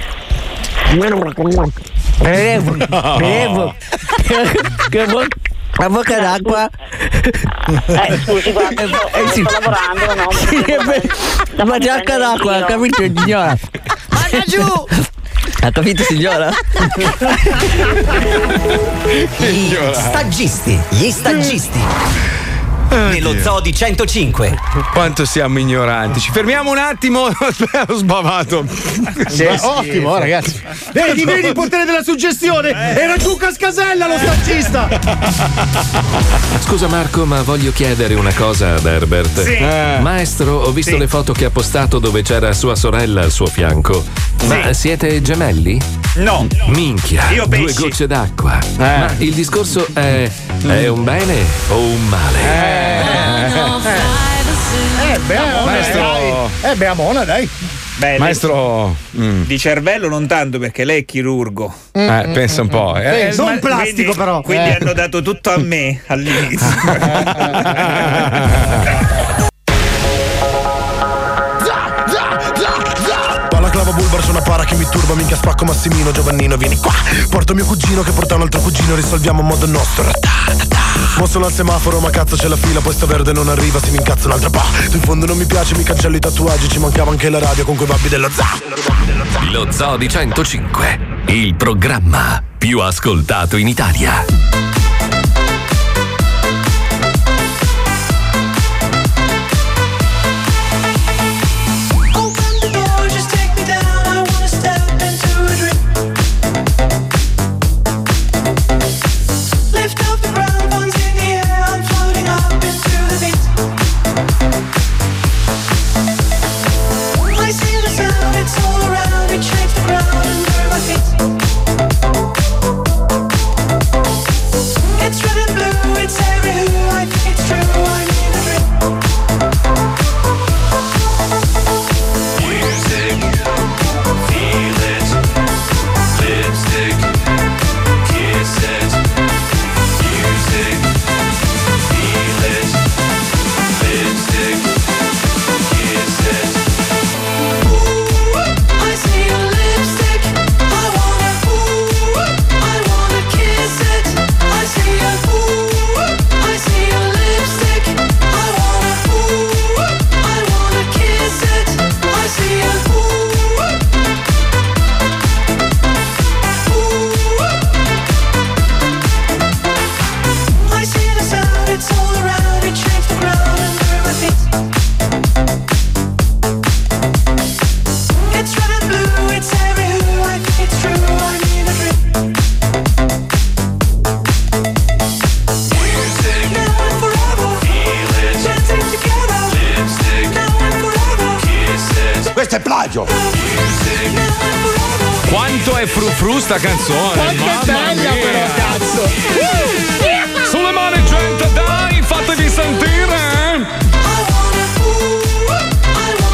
La bocca d'acqua. Scusi, guarda, sto lavorando, no? La giacca d'acqua, ha capito, signora? Vada giù! Ha capito, signora? Gli staggisti. Nello Zoo di 105. Quanto siamo ignoranti. Ci fermiamo un attimo. Ho sbavato. Ottimo, ragazzi. Vedi il potere della suggestione. Era Giuca Scasella lo stagista. Scusa Marco, ma voglio chiedere una cosa ad Herbert. Sì. Maestro, ho visto le foto che ha postato dove c'era sua sorella al suo fianco. Ma siete gemelli? No. Minchia, Io due pesci. gocce d'acqua. Ma il discorso è un bene o un male? Beamona, dai. Beh, Maestro, di cervello non tanto, perché lei è chirurgo. pensa un po'. Non plastico, però. Quindi hanno dato tutto a me all'inizio. Clava bulbar su una para che mi turba, minchia spacco Massimino, Giovannino vieni qua. Porto mio cugino che porta un altro cugino, risolviamo a modo nostro. Mo sono al semaforo ma cazzo c'è la fila, poi sta verde non arriva, si mi incazza un'altra pa. Tu in fondo non mi piace, mi cancelli i tatuaggi, ci mancava anche la radio con quei babbi dello Za. Lo Zoo di 105, il programma più ascoltato in Italia. Questo è plagio! Quanto è frufru sta canzone! Quanto è bella però, cazzo! Sulle mani gente, dai, fatevi sentire!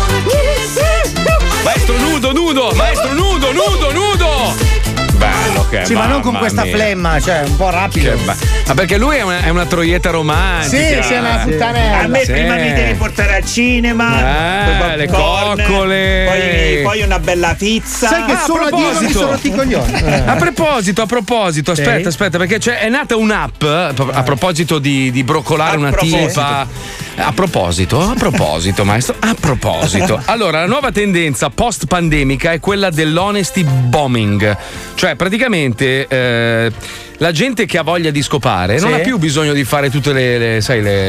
Maestro nudo! Bello che ok. Sì, ma non con questa flemma, cioè un po' rapido. Ma perché lui è una troietta romantica. Sì, è una puttanella. A me prima mi devi portare al cinema, le coccole, poi una bella pizza. Sai che solo a Dio mi sono rotti i coglioni. A proposito, aspetta, perché è nata un'app a proposito di broccolare una tipa. A proposito, maestro, a proposito. Allora, la nuova tendenza post-pandemica è quella dell'honesty bombing. Cioè, praticamente la gente che ha voglia di scopare non ha più bisogno di fare tutte le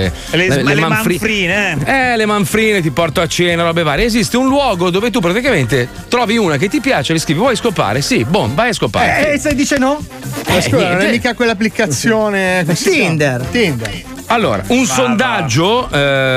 manfrine. Le manfrine, ti porto a cena, robe varie. Esiste un luogo dove tu praticamente trovi una che ti piace, gli scrivi: vuoi scopare? Sì, vai a scopare. E se dice no? Scusa, non è mica quell'applicazione Tinder. Allora, un sondaggio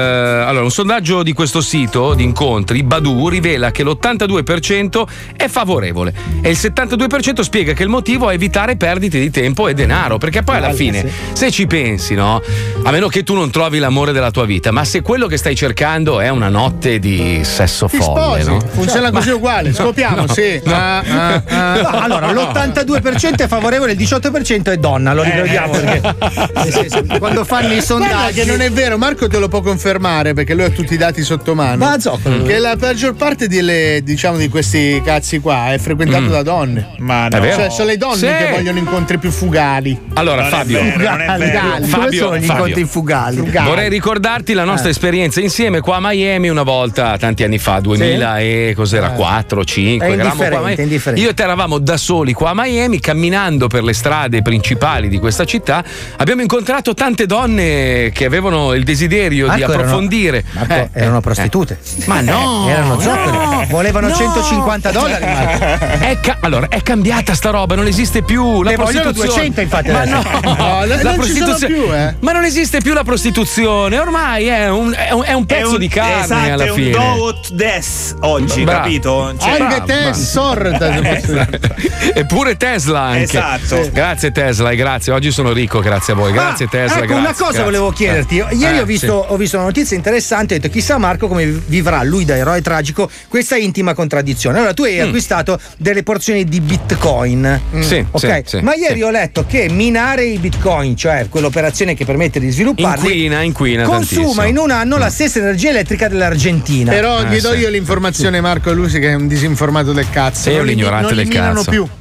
di questo sito di incontri, Badoo, rivela che l'82% è favorevole e il 72% spiega che il motivo è evitare perdite di tempo e denaro, perché poi alla fine, se ci pensi, no? A meno che tu non trovi l'amore della tua vita, ma se quello che stai cercando è una notte di sesso folle, no? Funziona così uguale, scopriamo, sì. No, allora, l'82% è favorevole, il 18% è donna, lo ricordiamo perché quando fanno i sondaggi. Guarda che non è vero, Marco te lo può confermare perché lui ha tutti i dati sotto mano. Ma zoccolo. Che la maggior parte di questi cazzi qua è frequentato da donne. Ma no. Cioè, sono le donne che vogliono incontri più fugali. Allora, Fabio, come sono gli incontri fugali? Vorrei ricordarti la nostra esperienza insieme qua a Miami una volta, tanti anni fa, 2000 e cos'era, 4, 5. Indifferente. Io e te eravamo da soli qua a Miami, camminando per le strade principali di questa città. Abbiamo incontrato tante donne che avevano il desiderio di approfondire. Erano prostitute. Ma no! Erano zoccoli. Volevano $150, Marco. Allora, è cambiata sta roba, non esiste più la prostituzione. 200, infatti. Ma no, la prostituzione. Più, Ma non esiste più la prostituzione, ormai è un pezzo di carne alla fine. È un do what des oggi, capito? Anche te sorda. Eppure Tesla anche. Esatto. Grazie Tesla e grazie, oggi sono ricco grazie a voi. Grazie Tesla, ecco, grazie. una cosa volevo chiederti. Ieri ho visto una notizia interessante, ho detto chissà Marco come vivrà lui da eroe tragico questa intima contraddizione. Allora tu hai acquistato delle porzioni di Bitcoin. Sì, ok. sì. Ma ieri ho letto che minare i Bitcoin, cioè quell'operazione che permette di svilupparli, inquina consuma tantissimo. in un anno la stessa energia elettrica dell'Argentina. Però gli do io l'informazione, Marco, lui che è un disinformato del cazzo. Sei un ignorante del cazzo. Non li minano più.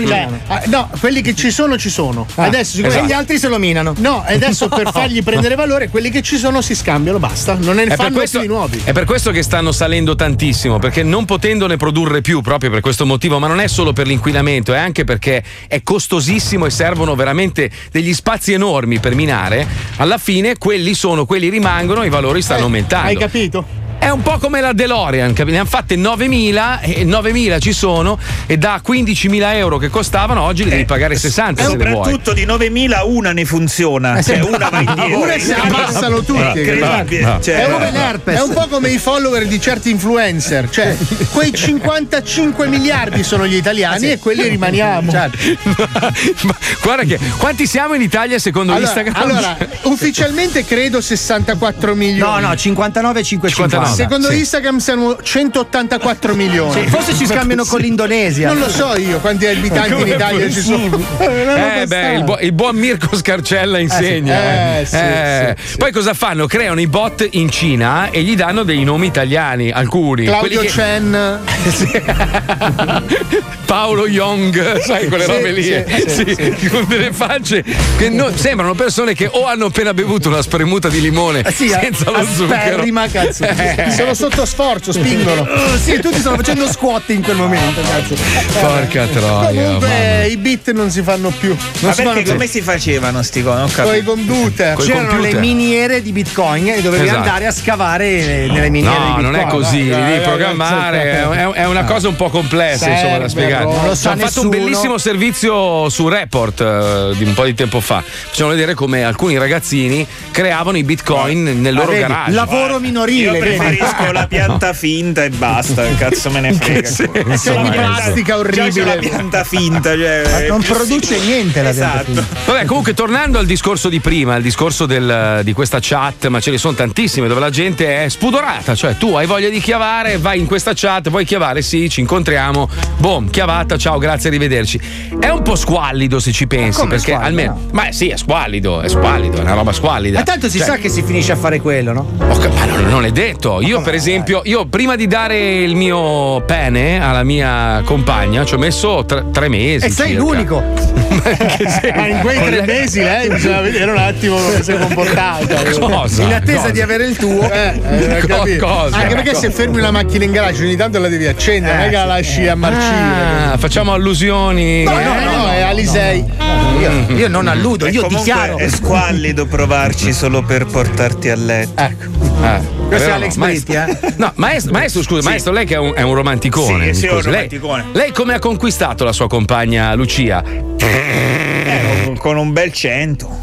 No, quelli che ci sono. Adesso esatto. Gli altri se lo minano. No, e adesso per fargli prendere valore, quelli che ci sono si scambiano, basta. Non ne fanno più di nuovi. È per questo che stanno salendo tantissimo, perché non potendone produrre più, proprio per questo motivo, ma non è solo per l'inquinamento, è anche perché è costosissimo e servono veramente degli spazi enormi per minare. Alla fine quelli rimangono, i valori stanno aumentando. Hai capito? È un po' come la DeLorean, ne hanno fatte 9.000 e 9.000 ci sono e da 15.000 euro che costavano oggi li devi pagare 60 se le vuoi. Soprattutto di 9.000 una ne funziona, cioè una va indietro. Una si abbassano tutti. È un po' come i follower di certi influencer, cioè quei 55 miliardi sono gli italiani e quelli rimaniamo. Ma guarda che quanti siamo in Italia secondo Instagram? Allora, ufficialmente credo 64 milioni. No, 59,550. Secondo Instagram siamo 184 milioni. Sì, forse ci scambiano con l'Indonesia. Non lo so io quanti abitanti in Italia ci sono. Il buon Mirko Scarcella insegna. Sì. Poi cosa fanno? Creano i bot in Cina e gli danno dei nomi italiani, alcuni. Claudio Chen. Paolo Young, sai quelle robe lì. Con delle facce che sembrano persone che o hanno appena bevuto una spremuta di limone senza lo zucchero. Cazzo. Sono sotto sforzo, spingono. Tutti stanno facendo squat in quel momento, cazzo. Porca troia. Comunque i bit non si fanno più. Ma perché come si facevano sti con i computer? C'erano le miniere di Bitcoin e dovevi andare a scavare nelle miniere di Bitcoin. No, non è così, li devi programmare, è una cosa un po' complessa, insomma, da spiegare. Non lo sa Hanno fatto un bellissimo servizio su Report di un po' di tempo fa. Facciamo vedere come alcuni ragazzini creavano i Bitcoin nel loro garage. Lavoro minorile. Io Preferisco la pianta finta e basta, cazzo me ne frega. È di plastica orribile. C'è la pianta finta, cioè, non produce niente la pianta finta. Vabbè, comunque tornando al discorso di prima, al discorso di questa chat, ma ce ne sono tantissime dove la gente è spudorata, cioè tu hai voglia di chiavare, vai in questa chat, vuoi chiavare? Sì, ci incontriamo, boom, chiavata, ciao, grazie, arrivederci. È un po' squallido se ci pensi, perché almeno, ma sì, è squallido, è una roba squallida. Ma tanto si sa che si finisce a fare quello, no? Ma non è detto. Io, per esempio, prima di dare il mio pene alla mia compagna ci ho messo 3 mesi. E sei circa. L'unico. Ma in quei 3 mesi lei bisogna vedere un attimo come si è comportata. Cosa? In attesa di avere il tuo. Cosa? Anche perché se fermi una macchina in garage ogni tanto la devi accendere, non è che la lasci a marcire. Facciamo allusioni. No, è Alisei. Io non alludo, io dichiaro. È squallido provarci solo per portarti a letto. Ecco. Questo è Alex Britti, No, maestro, scusa, maestro, lei che è un romanticone. Sì, scusi, un romanticone. Lei come ha conquistato la sua compagna Lucia? Con un bel 100.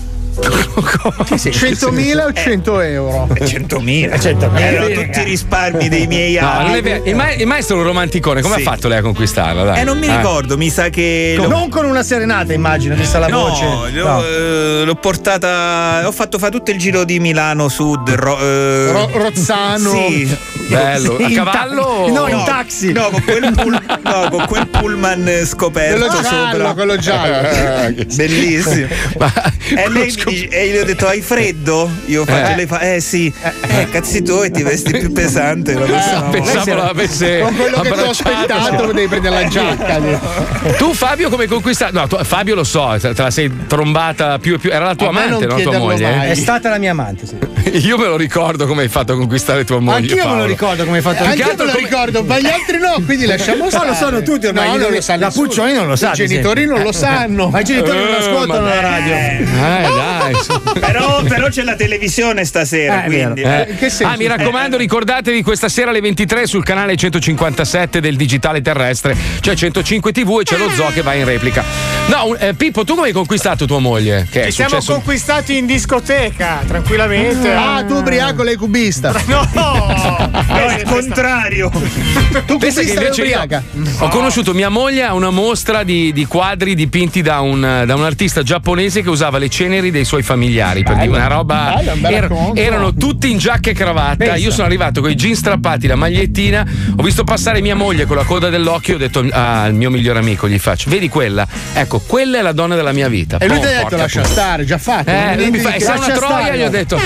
100.000 o 100 euro? 100.000. Tutti i risparmi dei miei anni. Non è vero. Il maestro è un romanticone, come ha fatto lei a conquistarla? Dai. Non mi ricordo, mi sa che. Non con una serenata, immagino, vista la voce. L'ho portata. Ho fatto fa tutto il giro di Milano Sud, Rozzano. Sì. Bello. A cavallo? No, in taxi. No, con quel pullman scoperto sopra. Quello giallo. Bellissimo. E lei e io ho detto hai freddo? Io ho fatto, lei fa sì. Cazzi tu e ti vesti più pesante la prossima volta. Pensavo l'avesse con quello che ti ho aspettato devi prendere la giacca. Tu Fabio come conquistato? No, Fabio lo so, te la sei trombata più e più. Era la tua amante, no? Tua moglie? È stata la mia amante, sì. Io me lo ricordo come hai fatto a conquistare tua moglie. Anch'io Paolo. me lo ricordo come hai fatto. Anch'io me lo ricordo, ma gli altri no, quindi lasciamo stare. No, lo sanno tutti ormai. No, non lo sanno. La Puccioni non lo sa. I genitori non lo sanno. Ma i genitori non ascoltano la radio. Dai. Però c'è la televisione stasera, quindi. Che senso? Mi raccomando, ricordatevi questa sera alle 23 sul canale 157 del digitale terrestre, cioè 105 TV, e c'è lo zoo che va in replica. No, Pippo, tu come hai conquistato tua moglie? Che Ci siamo conquistati in discoteca, tranquillamente. Tu ubriaco, lei cubista. No, è il contrario. Tu pensa che invece ubriaca. Ho conosciuto mia moglie a una mostra di quadri dipinti da un artista giapponese che usava le ceneri dei suoi familiari, per dire una roba. Erano tutti in giacca e cravatta. Io sono arrivato con i jeans strappati, la magliettina, ho visto passare mia moglie con la coda dell'occhio, ho detto al mio migliore amico, gli faccio, vedi quella? Ecco, quella è la donna della mia vita. E lui ti ha detto lascia stare, già fatto. Mi fa, sei una troia, gli ho detto.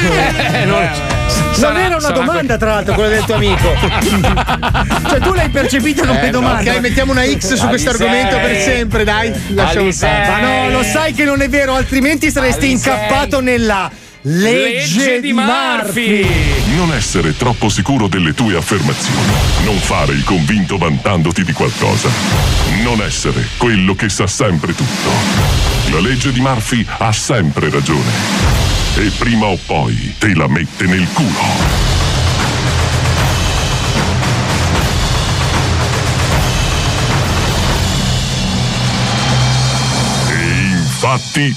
Non era una domanda, tra l'altro, quella del tuo amico. Cioè, tu l'hai percepita come domanda. Ok, mettiamo una X su questo argomento per sempre, dai. Lasciamo stare. Ma no, lo sai che non è vero, altrimenti saresti incappato nella legge di Murphy. Non essere troppo sicuro delle tue affermazioni. Non fare il convinto vantandoti di qualcosa. Non essere quello che sa sempre tutto. La legge di Murphy ha sempre ragione. E prima o poi te la mette nel culo. E infatti...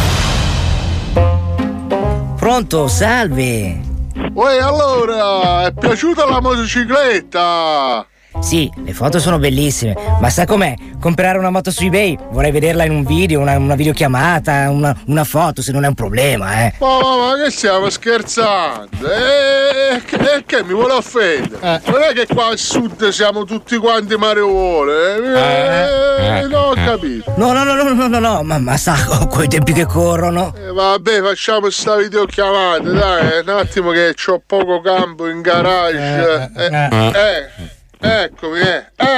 Pronto, salve. Uè, allora, è piaciuta la motocicletta? Sì, le foto sono bellissime, ma sa com'è? Comprare una moto su eBay, vorrei vederla in un video, una videochiamata, una foto, se non è un problema, Ma che stiamo scherzando? Che mi vuole offendere? Non è che qua al sud siamo tutti quanti mariuole? Non ho capito. No, ma sa, coi tempi che corrono. Vabbè, facciamo sta videochiamata, dai, un attimo che c'ho poco campo in garage. Eccomi,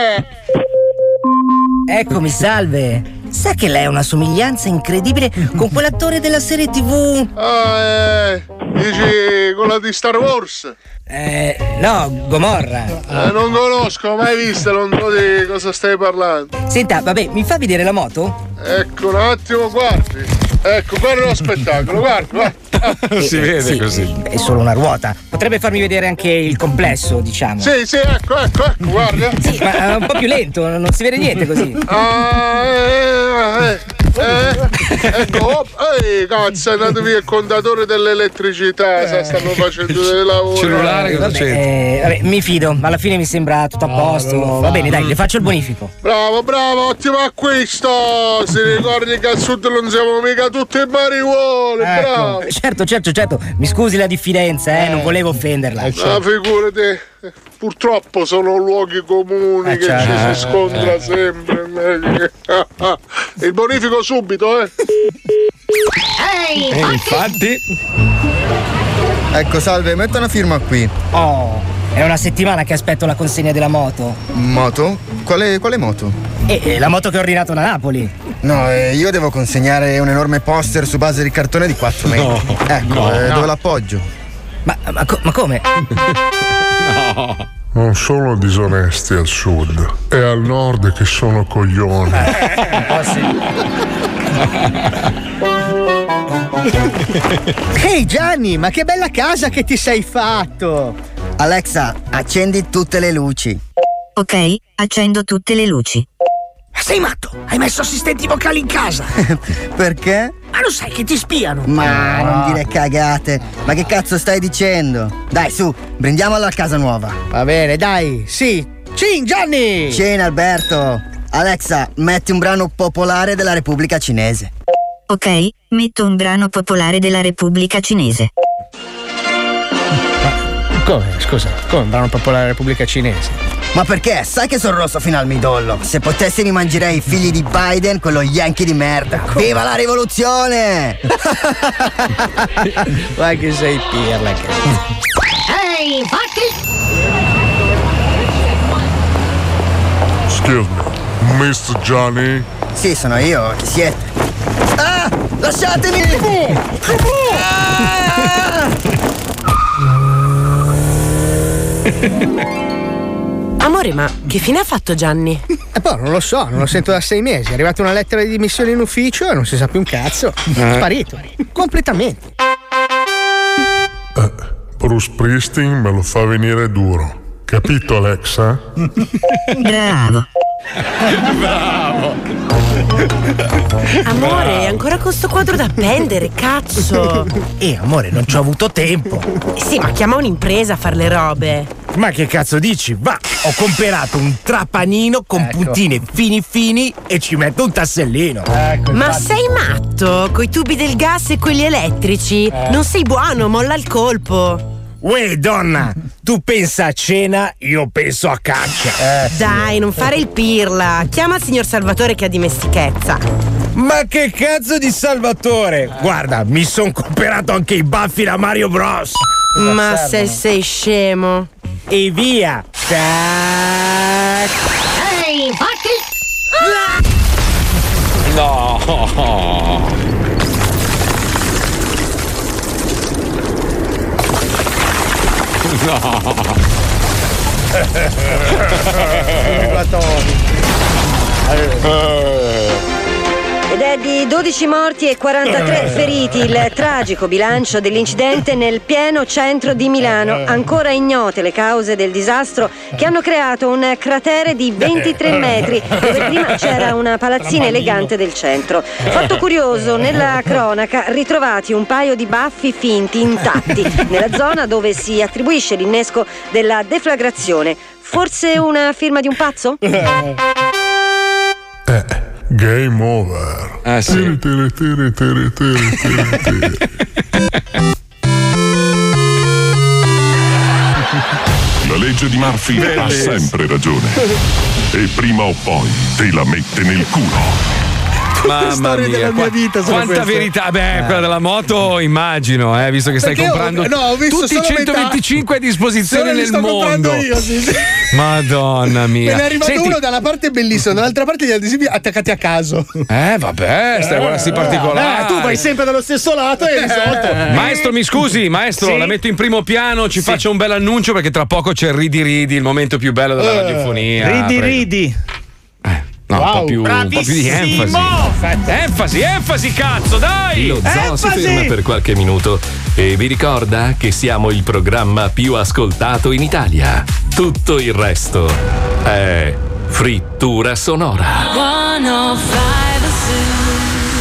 Eccomi, salve. Sa che lei ha una somiglianza incredibile con quell'attore della serie TV? Dici quella di Star Wars? No, Gomorra. Non conosco, mai vista, non so di cosa stai parlando. Senta, vabbè, mi fa vedere la moto? Ecco, un attimo, guardi. Ecco, guarda lo spettacolo, guarda. Si vede così. È solo una ruota. Potrebbe farmi vedere anche il complesso, diciamo. Sì, ecco, guarda. Sì, ma è un po' più lento, non si vede niente così. Ecco, cazzo, è andato via il contatore dell'elettricità, stanno facendo dei lavori. Cellulare cosa c'è? Vabbè, mi fido, alla fine mi sembra tutto a posto. Va bene, dai, le faccio il bonifico. Bravo, ottimo acquisto. Si ricordi che al sud non siamo mica tutti marijuole, bravo. Certo. Mi scusi la diffidenza, non volevo offenderla. Figurati. Purtroppo sono luoghi comuni che ci si scontra sempre. Il bonifico subito, Ehi, infatti. Ecco, salve, metto una firma qui. Oh, è una settimana che aspetto la consegna della moto. Moto? Quale moto? La moto che ho ordinato da Napoli. No, io devo consegnare un enorme poster su base di cartone di 4 metri. Dove l'appoggio? Ma come? No. Non sono disonesti al sud, è al nord che sono coglioni. Ehi Gianni, ma che bella casa che ti sei fatto! Alexa, accendi tutte le luci. Ok, accendo tutte le luci. Sei matto? Hai messo assistenti vocali in casa? Perché? Ma lo sai che ti spiano? Ma non dire cagate. Ma che cazzo stai dicendo? Dai, su, brindiamo alla casa nuova. Va bene, dai, sì. Cin, Gianni! Cin, Alberto. Alexa, metti un brano popolare della Repubblica Cinese. Ok, metto un brano popolare della Repubblica Cinese. Come? Scusa, come un brano popolare della Repubblica Cinese? Ma perché? Sai che sono rosso fino al midollo. Se potessi rimangerei i figli di Biden, quello yankee di merda. Viva la rivoluzione! Vai che sei pirla, cazzo. Ehi, fatti! Excuse me, Mr. Johnny? Sì, sono io, chi siete? Ah! Lasciatemi! Amore, ma che fine ha fatto Gianni? Poi non lo so, non lo sento da 6 mesi. È arrivata una lettera di dimissioni in ufficio e non si sa più un cazzo. Sparito. Completamente. Bruce Springsteen me lo fa venire duro. Capito, Alexa? Bravo. Amore, ancora con sto quadro da appendere, cazzo. Amore, non ci ho avuto tempo. Sì, ma chiama un'impresa a fare le robe. Ma che cazzo dici? Va, ho comprato un trapanino con puntine fini e ci metto un tassellino. Ma sei matto? Coi tubi del gas e quelli elettrici? Non sei buono, molla il colpo. Uè, donna, tu pensa a cena, io penso a caccia. Dai, non fare il pirla. Chiama il signor Salvatore che ha dimestichezza. Ma che cazzo di Salvatore? Guarda, mi son comprato anche i baffi da Mario Bros. Ma se sei scemo. E via. Tac. Ehi, fatti! No. Ed è di 12 morti e 43 feriti il tragico bilancio dell'incidente nel pieno centro di Milano. Ancora ignote le cause del disastro che hanno creato un cratere di 23 metri dove prima c'era una palazzina elegante del centro. Fatto curioso, nella cronaca ritrovati un paio di baffi finti intatti nella zona dove si attribuisce l'innesco della deflagrazione. Forse una firma di un pazzo? Game over. Sì. La legge di Murphy ha sempre ragione. E prima o poi te la mette nel culo. Mamma mia, della mia vita sono quanta queste. verità. Beh, quella della moto immagino, visto che stai Perché comprando ho visto tutti i solo 125 a disposizione nel mondo. Io, sì. Madonna mia. Me ne è arrivato Senti, uno da una parte bellissimo, dall'altra parte gli adesivi attaccati a caso. Vabbè, stai guardando particolari. Tu vai sempre dallo stesso lato e hai risolto. Maestro, mi scusi, maestro, Sì? la metto in primo piano, ci faccia un bel annuncio perché tra poco c'è il ridi, il momento più bello della radiofonia. Ridi. No, un po' più di enfasi. Enfasi, cazzo, dai! Lo zoo si ferma per qualche minuto e vi ricorda che siamo il programma più ascoltato in Italia. Tutto il resto è frittura sonora. 105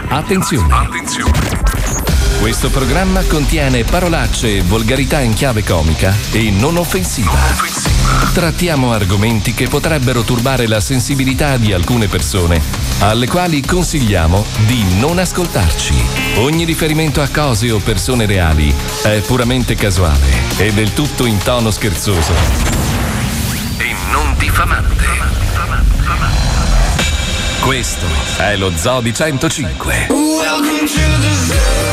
Attenzione! Questo programma contiene parolacce e volgarità in chiave comica e non offensiva. Trattiamo argomenti che potrebbero turbare la sensibilità di alcune persone, alle quali consigliamo di non ascoltarci. Ogni riferimento a cose o persone reali è puramente casuale e del tutto in tono scherzoso e non diffamante. Questo è lo Zoo di 105. Welcome to the Zoo.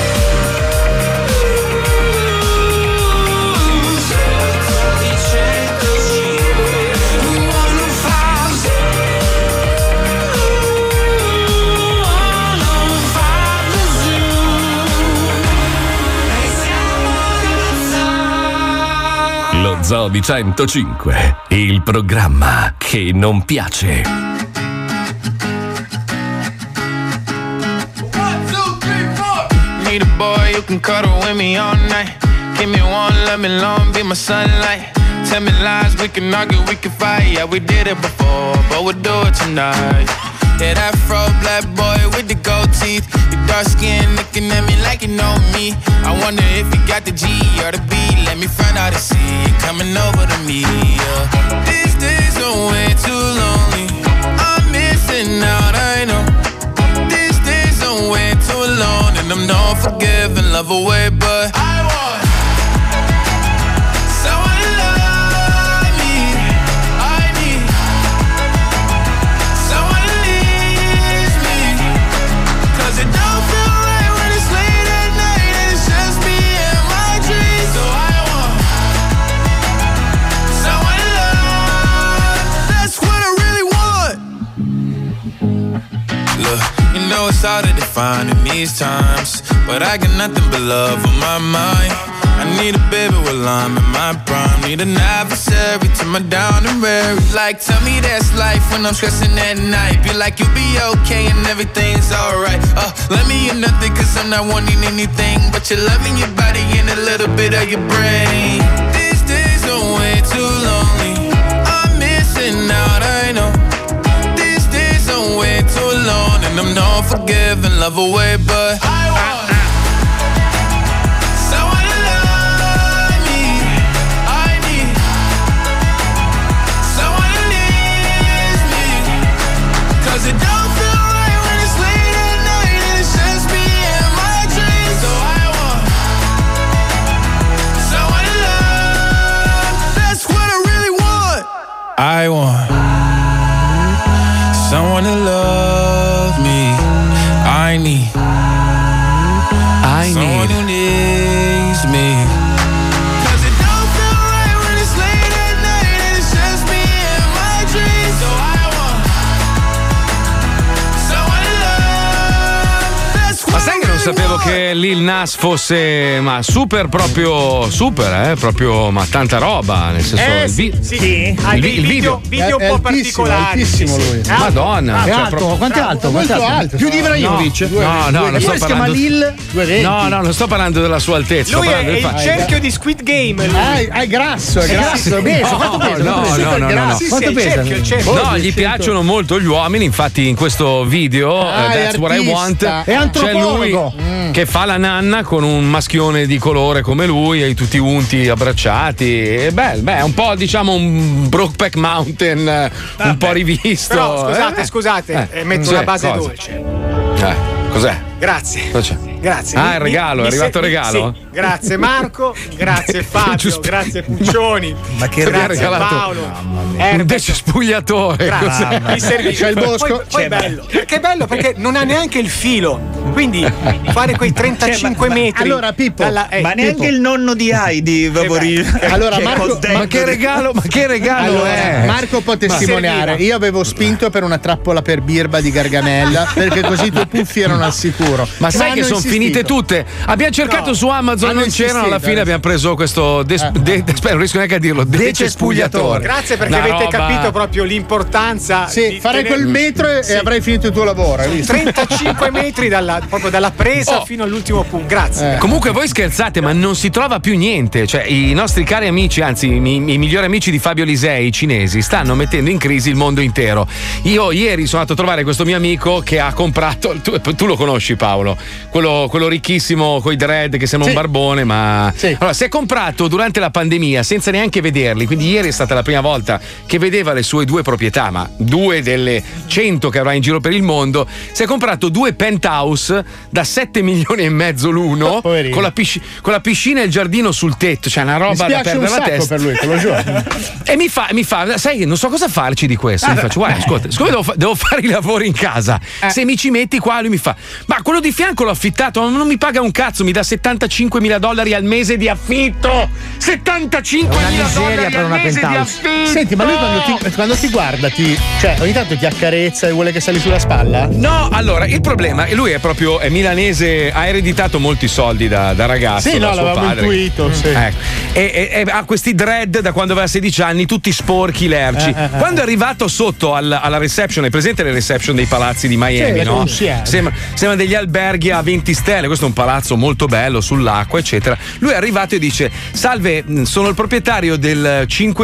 Lo Zoo di 105, il programma che non piace. 1, 2, 3, 4. Need a boy who can cuddle with me all night. Give me one, let me long, be my sunlight. Tell me lies, we can argue, we can fight. Yeah, we did it before, but we'll do it tonight. Yeah, that fro black boy with the gold teeth. Your dark skin looking at me like you know me. I wonder if you got the G or the B. Let me find out and see you coming over to me. Yeah. These days are way too lonely. I'm missing out, I know. These days are way too alone, and I'm not forgiving, love away, but I want someone to love me. I need someone to leave me, 'cause it don't feel right when it's late at night and it's just me and my dreams. So I want someone to love. That's what I really want. Look, you know it's hard to define in these times, but I got nothing but love on my mind. I need a baby while I'm in my prime. Need an adversary to my down and weary. Like, tell me that's life when I'm stressing at night. Be like, you'll be okay and everything's alright. Let me hear nothing, 'cause I'm not wanting anything but your love and your body and a little bit of your brain. These days are way too lonely. I'm missing out, I know. These days are way too alone, and I'm not forgiving, love away, but I want someone to love me. I need someone to leave me, 'cause it don't feel right when it's late at night and it's just me and my dreams. So I want someone to love. That's what I really want. I want someone to love me. I need someone who needs me. 'Cause it don't feel right when it's late at night and it's just me and my dreams. So I want someone to love. That's what Ma sai che non sapevo che Lil Nas fosse super proprio ma tanta roba, nel senso sì. Ha il dei video un po' particolari. Altissimo lui. Madonna, È cioè, alto, proprio- quanto è alto? Molto alto. Più di Ibrahimovic. No, non sto si chiama parlando. Lil. No, non sto parlando della sua altezza. Lui sto è parlando il del cerchio di Squid Game. È grasso, è grasso. Pesa, quanto pesa? No. Quanto pesa? Il cerchio. No, gli piacciono molto gli uomini, infatti in questo video That's What I Want artista. È c'è lui antropologo. che fa la nanna con un maschione di colore come lui e tutti unti, abbracciati. E beh, è un po' diciamo un Brokeback Mountain un po' rivisto. Però scusate, metto una base cosa? dolce. Cos'è? Grazie. Cosa c'è? Grazie. Il regalo, è arrivato il regalo? Sì. Grazie Marco, grazie Fabio, Giusto. grazie Puccioni. Ma che Ti ha grazie regalato Paolo. un decespugliatore. Grazie. Mi serviva. C'è il bosco. Poi è bello. Perché è bello perché non ha neanche il filo. Quindi fare quei 35 metri. Allora, Pippo, ma neanche il nonno di Heidi va a morire. Allora, Marco, Ma che regalo allora, è? Marco può testimoniare. Io avevo spinto per una trappola per birba di Gargamella perché così i tuoi puffi erano al sicuro. Ma sai che sono finite tutte. Abbiamo cercato su Amazon, non c'erano, alla fine abbiamo preso questo non riesco neanche a dirlo, decespugliatore. Grazie perché avete capito proprio l'importanza. Sì, fare quel metro e avrai finito il tuo lavoro. 35 metri proprio dalla presa fino all'ultimo punto. Grazie. Comunque voi scherzate, ma non si trova più niente. Cioè, i nostri cari amici, anzi i migliori amici di Fabio Lisei, i cinesi, stanno mettendo in crisi il mondo intero. Io ieri sono andato a trovare questo mio amico che ha comprato, tu lo conosci Paolo, quello ricchissimo coi dread che sembra un barbone, ma allora si è comprato durante la pandemia senza neanche vederli, quindi ieri è stata la prima volta che vedeva le sue 2 proprietà, ma 2 delle 100 che avrà in giro per il mondo. Si è comprato 2 penthouse da 7 milioni e mezzo l'uno, con la piscina e il giardino sul tetto, cioè una roba da perdere la testa per lui, te lo giuro. E mi fa, sai, non so cosa farci di questo. Mi faccio, guarda, ascolta, siccome devo fare i lavori in casa, se mi ci metti qua, lui mi fa, ma quello di fianco l'ho affittato, non mi paga un cazzo, mi dà $75.000 al mese di affitto. $75.000 al mese di affitto. Senti, ma lui quando ti guarda, cioè ogni tanto ti accarezza e vuole che sali sulla spalla? No, allora, il problema è lui è milanese, ha ereditato molti soldi da ragazzo. Sì, da suo l'avevamo padre. intuito, sì. E ha questi dread da quando aveva 16 anni, tutti sporchi, lerci. Quando è arrivato sotto alla reception, è presente le reception dei palazzi di Miami, no? Sembra degli alberghi a 20 stelle. Questo è un palazzo molto bello sull'acqua, eccetera. Lui è arrivato e dice: salve, sono il proprietario del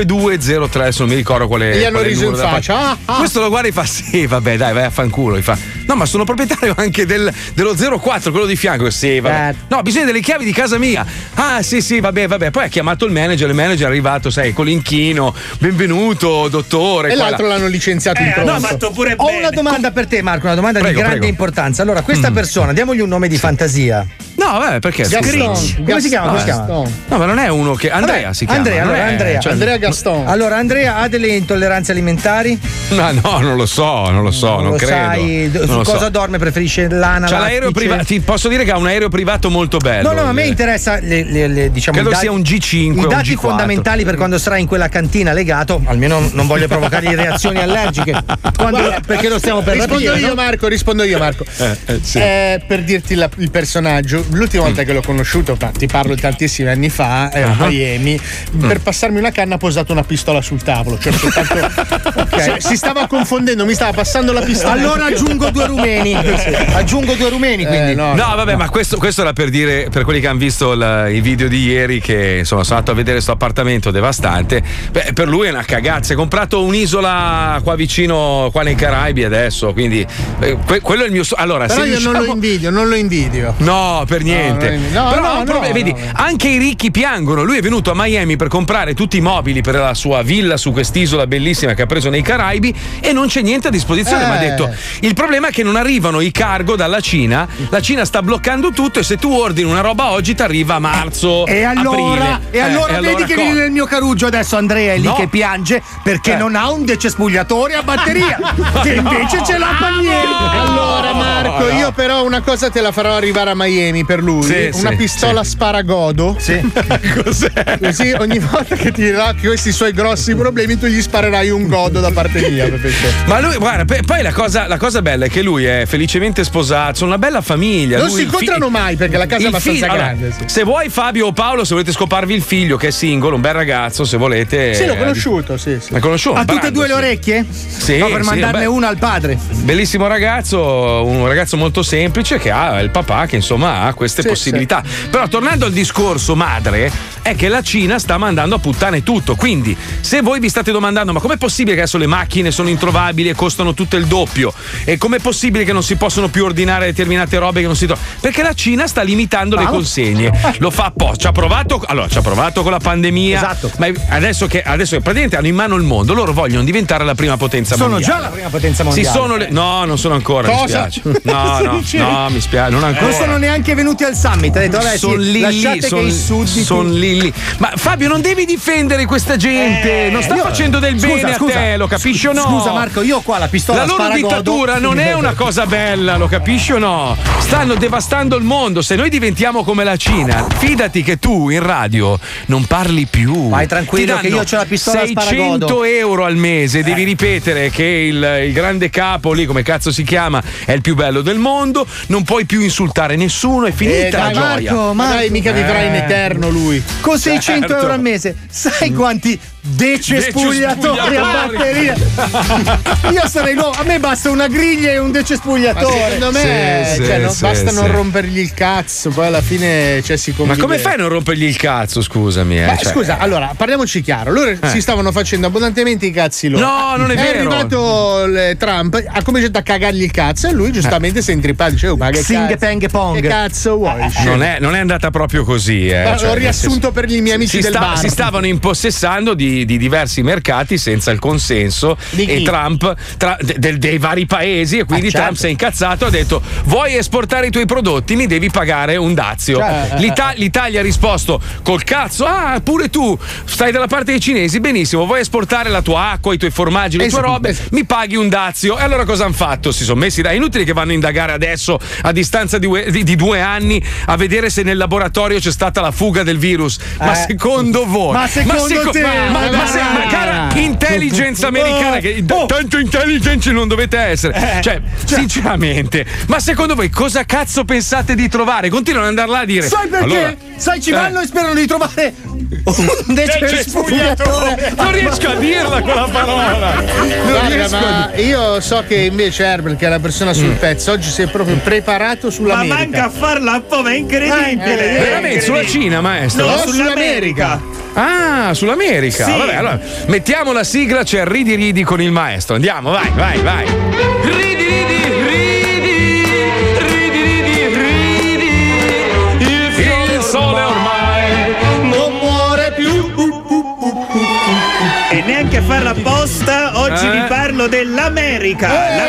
5203, adesso non mi ricordo quale. Gli hanno riso in faccia. Questo lo guarda e fa: sì, vabbè, dai, vai a fanculo. Gli fa: no, ma sono proprietario anche dello 04, quello di fianco. Sì, vabbè. No, bisogna delle chiavi di casa mia. Ah, sì, vabbè. Poi ha chiamato il manager è arrivato, sai, con l'inchino, benvenuto, dottore. E l'altro l'hanno licenziato in pronto. No, fatto pure Ho bene. una domanda per te, Marco, una domanda di grande importanza. Allora, questa persona, diamogli un nome di fantasia. No, vabbè, perché? Come si chiama? No, ma non è uno che. Andrea si chiama. Andrea Gaston. Allora, Andrea ha delle intolleranze alimentari? No, non lo so, non credo. Sai, su cosa dorme? Preferisce lana? C'ha l'aereo privato. Ti posso dire che ha un aereo privato molto bello. No, a me interessa diciamo, credo sia un G5. I dati G4. fondamentali per quando sarà in quella cantina legato. Almeno non voglio provocargli reazioni allergiche. Perché lo stiamo per Rispondo io, Marco. Sì. Per dirti il personaggio, l'ultima volta che l'ho conosciuto, ti parlo tantissimi anni fa, a Miami, per passarmi una canna ha posato una pistola sul tavolo. Cioè, soltanto, si stava confondendo, mi stava passando la pistola. Allora aggiungo 2 rumeni. Aggiungo 2 rumeni, quindi. No, vabbè, ma questo era per dire, per quelli che hanno visto i video di ieri, che insomma sono andato a vedere questo appartamento devastante. Beh, per lui è una cagazza. Si è comprato un'isola qua vicino, qua nei Caraibi adesso, quindi quello è il mio. Allora, però se io non lo invidio. No, per niente. Vedi, anche i ricchi piangono. Lui è venuto a Miami per comprare tutti i mobili per la sua villa su quest'isola bellissima che ha preso nei Caraibi e non c'è niente a disposizione. Mi ha detto: il problema è che non arrivano i cargo dalla Cina. La Cina sta bloccando tutto e se tu ordini una roba oggi ti arriva a marzo. E allora vedi che viene nel mio caruggio adesso Andrea è lì che piange perché non ha un decespugliatore a batteria che invece ce l'ha Palmieri. Allora Marco, io però una cosa te la farò arrivare a Miami per lui. Una pistola sparagodo. Sì. Cos'è? Così ogni volta che ti dirà questi suoi grossi problemi tu gli sparerai un godo da parte mia. Ma lui, guarda, poi la cosa bella è che lui è felicemente sposato, sono una bella famiglia. Non si incontrano mai perché la casa è abbastanza grande. Allora, se vuoi Fabio o Paolo, se volete scoparvi il figlio che è single, un bel ragazzo, se volete. Sì, l'ho conosciuto, sì. L'hai conosciuto? Ha tutte e due le orecchie? Sì. No, per mandarne una al padre. Bellissimo ragazzo, un ragazzo molto semplice che ha il papà che insomma ha queste possibilità. Però tornando al discorso madre, è che la Cina sta mandando a puttane tutto. Quindi, se voi vi state domandando ma com'è possibile che adesso le macchine sono introvabili e costano tutto il doppio? E com'è possibile che non si possono più ordinare determinate robe che non si trovano? Perché la Cina sta limitando le consegne. Lo fa apposta. Ci ha provato con la pandemia. Esatto. Ma adesso che praticamente hanno in mano il mondo, loro vogliono diventare la prima potenza mondiale. Sono già la prima potenza mondiale. No, non sono ancora. Cosa? Mi spiace. No, mi spiace. Non ancora. Non sono neanche venuti al summit. Ha detto, vabbè, sono lì, lasciate che i sudditi. Sono lì. lì. Ma Fabio, non devi difendere questa gente, non sta facendo del bene a te, lo capisci o no? Scusa Marco, io ho qua la pistola La loro sparagodo. dittatura non è una cosa bella, lo capisci o no? Stanno devastando il mondo. Se noi diventiamo come la Cina, fidati che tu in radio non parli più. Vai tranquillo che io ho la pistola sparagodo. 600 euro al mese, devi ripetere che il grande capo lì, come cazzo si chiama, è il più bello del mondo, non puoi più insultare nessuno, è finita la gioia. Marco, dai, mica vivrà in eterno lui. Con 600 euro al mese, sai quanti decespugliatori a batteria? Io sarei nuovo, a me basta una griglia e un decespugliatore. Secondo me basta non rompergli il cazzo, poi alla fine si convive. Ma come fai a non rompergli il cazzo, scusami? Scusa, allora parliamoci chiaro, loro si stavano facendo abbondantemente i cazzi loro. No, non è vero. È arrivato Trump, ha cominciato a cagargli il cazzo e lui giustamente si è intrippato, dice, ma che cazzo vuoi? Non è andata proprio così. L'ho riassunto per i miei amici del bar. Si stavano impossessando di diversi mercati senza il consenso e Trump dei vari paesi, e quindi Trump si è incazzato, ha detto: vuoi esportare i tuoi prodotti, mi devi pagare un dazio. L'Italia ha risposto col cazzo: pure tu stai dalla parte dei cinesi, benissimo, vuoi esportare la tua acqua, i tuoi formaggi, le tue robe, mi paghi un dazio. E allora cosa hanno fatto? Si sono messi, è inutile che vanno a indagare adesso a distanza di 2 anni a vedere se nel laboratorio c'è stata la fuga del virus. Ma secondo voi? Ma secondo te? Ma cara intelligence americana, che tanto intelligenti non dovete essere, sinceramente, ma secondo voi cosa cazzo pensate di trovare? Continuano ad andare là a dire: sai perché? Allora, sai, ci vanno e sperano di trovare un decespugliatore. Non riesco a dirla quella parola. Io so che invece Herbert, che è la persona sul pezzo, oggi si è proprio preparato sull'America. Ma manca a farla un po', ma è incredibile. Veramente, sulla Cina, maestro? No, sull'America. Ah, sull'America. Sì. Vabbè, allora mettiamo la sigla, c'è Ridi con il maestro. Andiamo, vai. Ridi. Il sole ormai non muore più. E neanche a farla apposta, oggi vi parlo dell'America.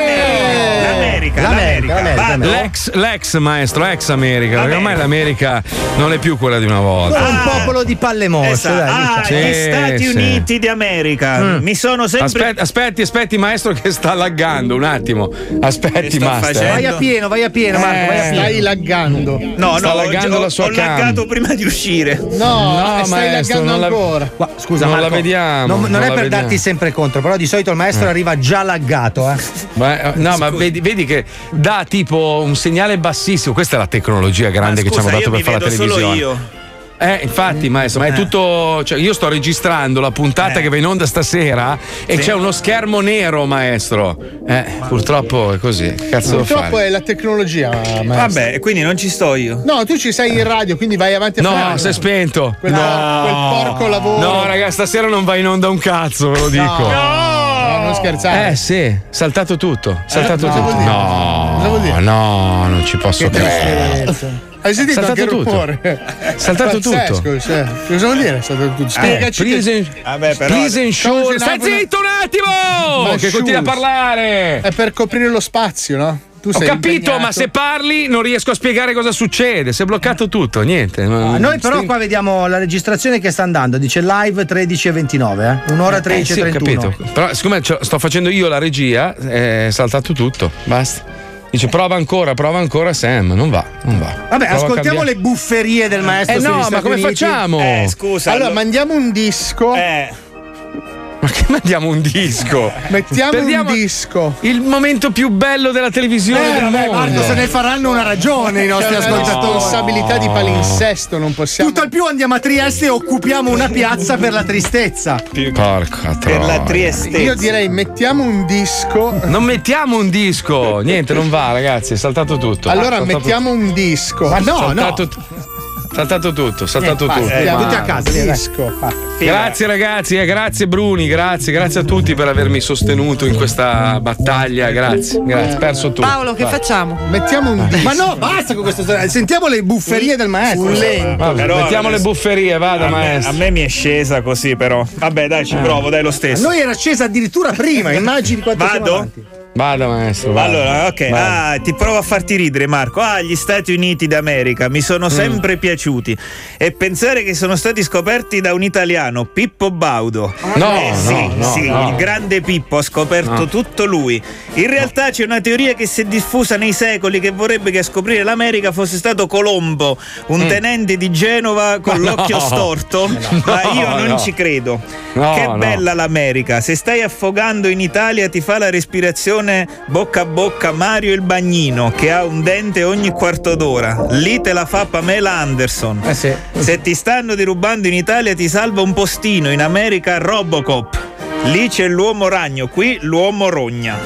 L'America. L'ex maestro, ex America, perché ormai l'America non è più quella di una volta. Un popolo di palle mosse. Gli Stati Uniti d'America. Mi sono sempre. Aspetti, maestro, che sta laggando un attimo. Aspetti, maestro. Vai a pieno, Marco. Stai laggando. No, sta laggando la sua ho laggato prima di uscire. No, stai maestro, laggando ancora. Scusa, non Marco, la vediamo. Non è per darti sempre contro, però di solito il maestro arriva già laggato. Ma vedi che dà tipo un segnale bassissimo. Questa è la tecnologia grande che ci hanno dato per fare la televisione. Solo io. Infatti, maestro, ma è tutto. Cioè, io sto registrando la puntata che va in onda stasera e c'è uno schermo nero, maestro. Purtroppo è così. Cazzo purtroppo è la tecnologia, maestro. Vabbè, quindi non ci sto io. No, tu ci sei in radio, quindi vai avanti a fare. No, si è spento. Quel porco lavoro. No, ragazzi, stasera non va in onda un cazzo, ve lo dico. No, non scherzare. Sì, saltato tutto. Saltato cosa tutto. vuol dire? Cosa vuol dire? No, non ci posso credere. Hai sentito saltato anche il tutto. rumore? Saltato tutto. Cosa vuol dire? Saltato tutto. Spiegaci. Please ensure. Stai zitto un attimo! Che continui a parlare. È per coprire lo spazio, no? Tu Ho sei capito, impegnato. ma se parli non riesco a spiegare cosa succede. Si è bloccato tutto, niente. Noi però qua vediamo la registrazione che sta andando, dice live 13:29, un'ora 13:31. Sì, ho capito. Però siccome sto facendo io la regia, è saltato tutto. Basta. Dice prova ancora Sam, non va. Vabbè, ascoltiamo le bufferie del maestro. No, ma come facciamo? Scusa. Allora, mandiamo un disco. Ma che mandiamo un disco? Perdiamo un disco. Il momento più bello della televisione del mondo. Marco, se ne faranno una ragione i nostri ascoltatori. Responsabilità di palinsesto, non possiamo. Tutto al più andiamo a Trieste e occupiamo una piazza per la tristezza. Porca per la tristezza. Io direi mettiamo un disco. Non mettiamo un disco. Niente, non va, ragazzi, è saltato tutto. Allora mettiamo un disco. Ma no, saltato tutto. Tutti a casa. Disco. Grazie ragazzi, grazie Bruni, grazie a tutti per avermi sostenuto in questa battaglia, grazie, perso tutto. Paolo, che facciamo? Mettiamo un disco. Ma no, basta con questo. Sentiamo le bufferie del maestro. Mettiamo le bufferie, vada maestro. A me mi è scesa così però. Vabbè, dai, ci provo, dai lo stesso. A noi era scesa addirittura prima, immagini quanto siamo avanti. Vada maestro. Vada. Allora, ok, Vada. ti provo a farti ridere, Marco. Gli Stati Uniti d'America mi sono sempre piaciuti. E pensare che sono stati scoperti da un italiano, Pippo Baudo. Il grande Pippo ha scoperto tutto lui. In realtà c'è una teoria che si è diffusa nei secoli che vorrebbe che a scoprire l'America fosse stato Colombo, un tenente di Genova con l'occhio storto. Ma io non ci credo. Che bella l'America. Se stai affogando in Italia ti fa la respirazione bocca a bocca Mario il Bagnino, che ha un dente ogni quarto d'ora. Lì te la fa Pamela Anderson. Se ti stanno derubando in Italia ti salva un postino, in America Robocop. Lì c'è l'uomo ragno, qui l'uomo rogna.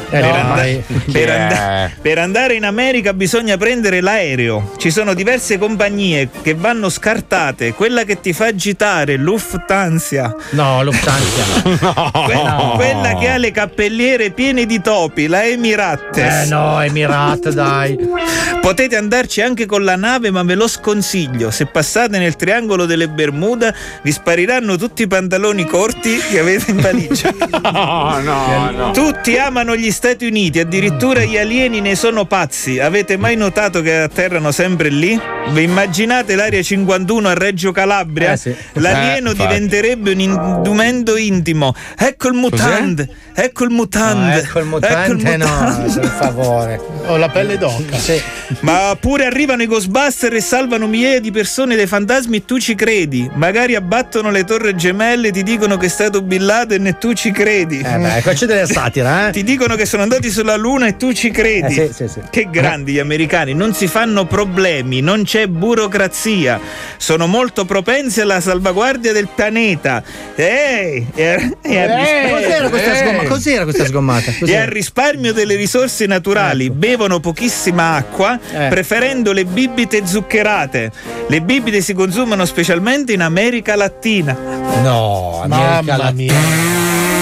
Per andare in America bisogna prendere l'aereo. Ci sono diverse compagnie che vanno scartate. Quella che ti fa agitare, Lufthansa. No, Lufthansa. Quella che ha le cappelliere piene di topi, la Emirates. No, Emirat, dai. Potete andarci anche con la nave, ma ve lo sconsiglio. Se passate nel triangolo delle Bermuda vi spariranno tutti i pantaloni corti che avete in valigia. No. Tutti amano gli Stati Uniti, addirittura gli alieni ne sono pazzi. Avete mai notato che atterrano sempre lì? Vi immaginate l'area 51 a Reggio Calabria? L'alieno diventerebbe un indumento intimo. Ecco il mutande. Ecco il mutande. No, per favore. Ho la pelle d'oca. Ma pure arrivano i Ghostbuster e salvano migliaia di persone dai fantasmi e tu ci credi. Magari abbattono le torri gemelle e ti dicono che è stato Bin Laden e tu ci credi. Qua c'è della satira, Ti dicono che sono andati sulla luna e tu ci credi. Sì. Che grandi gli americani, non si fanno problemi, non c'è burocrazia, sono molto propensi alla salvaguardia del pianeta. Cos'era questa sgommata? E al risparmio delle risorse naturali. Bevono pochissima acqua, preferendo le bibite zuccherate. Le bibite si consumano specialmente in America Latina. No, America Latina.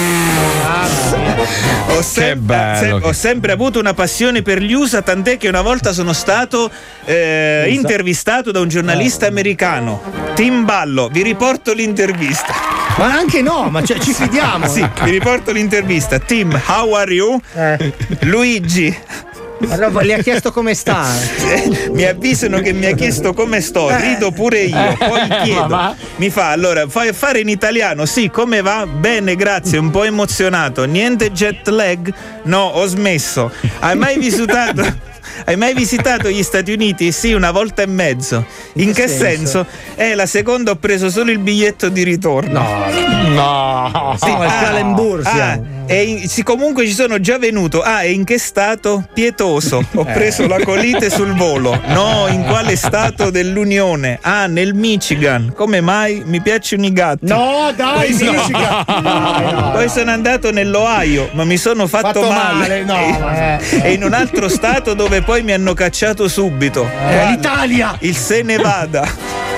Ho sempre avuto una passione per gli USA, tant'è che una volta sono stato intervistato da un giornalista americano, Tim Ballo. Vi riporto l'intervista. Ma anche no, ma ci fidiamo. Sì, vi riporto l'intervista. Tim, how are you? Luigi. Allora, le ha chiesto come sta. Mi avvisano che mi ha chiesto come sto, rido pure io, poi chiedo. Mi fa, allora, fai fare in italiano? Sì, come va? Bene, grazie, un po' emozionato. Niente jet lag? No, ho smesso. Hai mai visitato gli Stati Uniti? Sì, una volta e mezzo. In che senso? La seconda ho preso solo il biglietto di ritorno. No. Sì, Calembursia. Comunque ci sono già venuto. E in che stato? Pietoso. Ho preso la colite sul volo. No, in quale stato dell'Unione? Nel Michigan. Come mai? Mi piacciono i gatti. No, dai, Michigan. Poi sono andato nell'Ohio, ma mi sono fatto male. E in un altro stato dove poi mi hanno cacciato subito. L'Italia. Il se ne vada.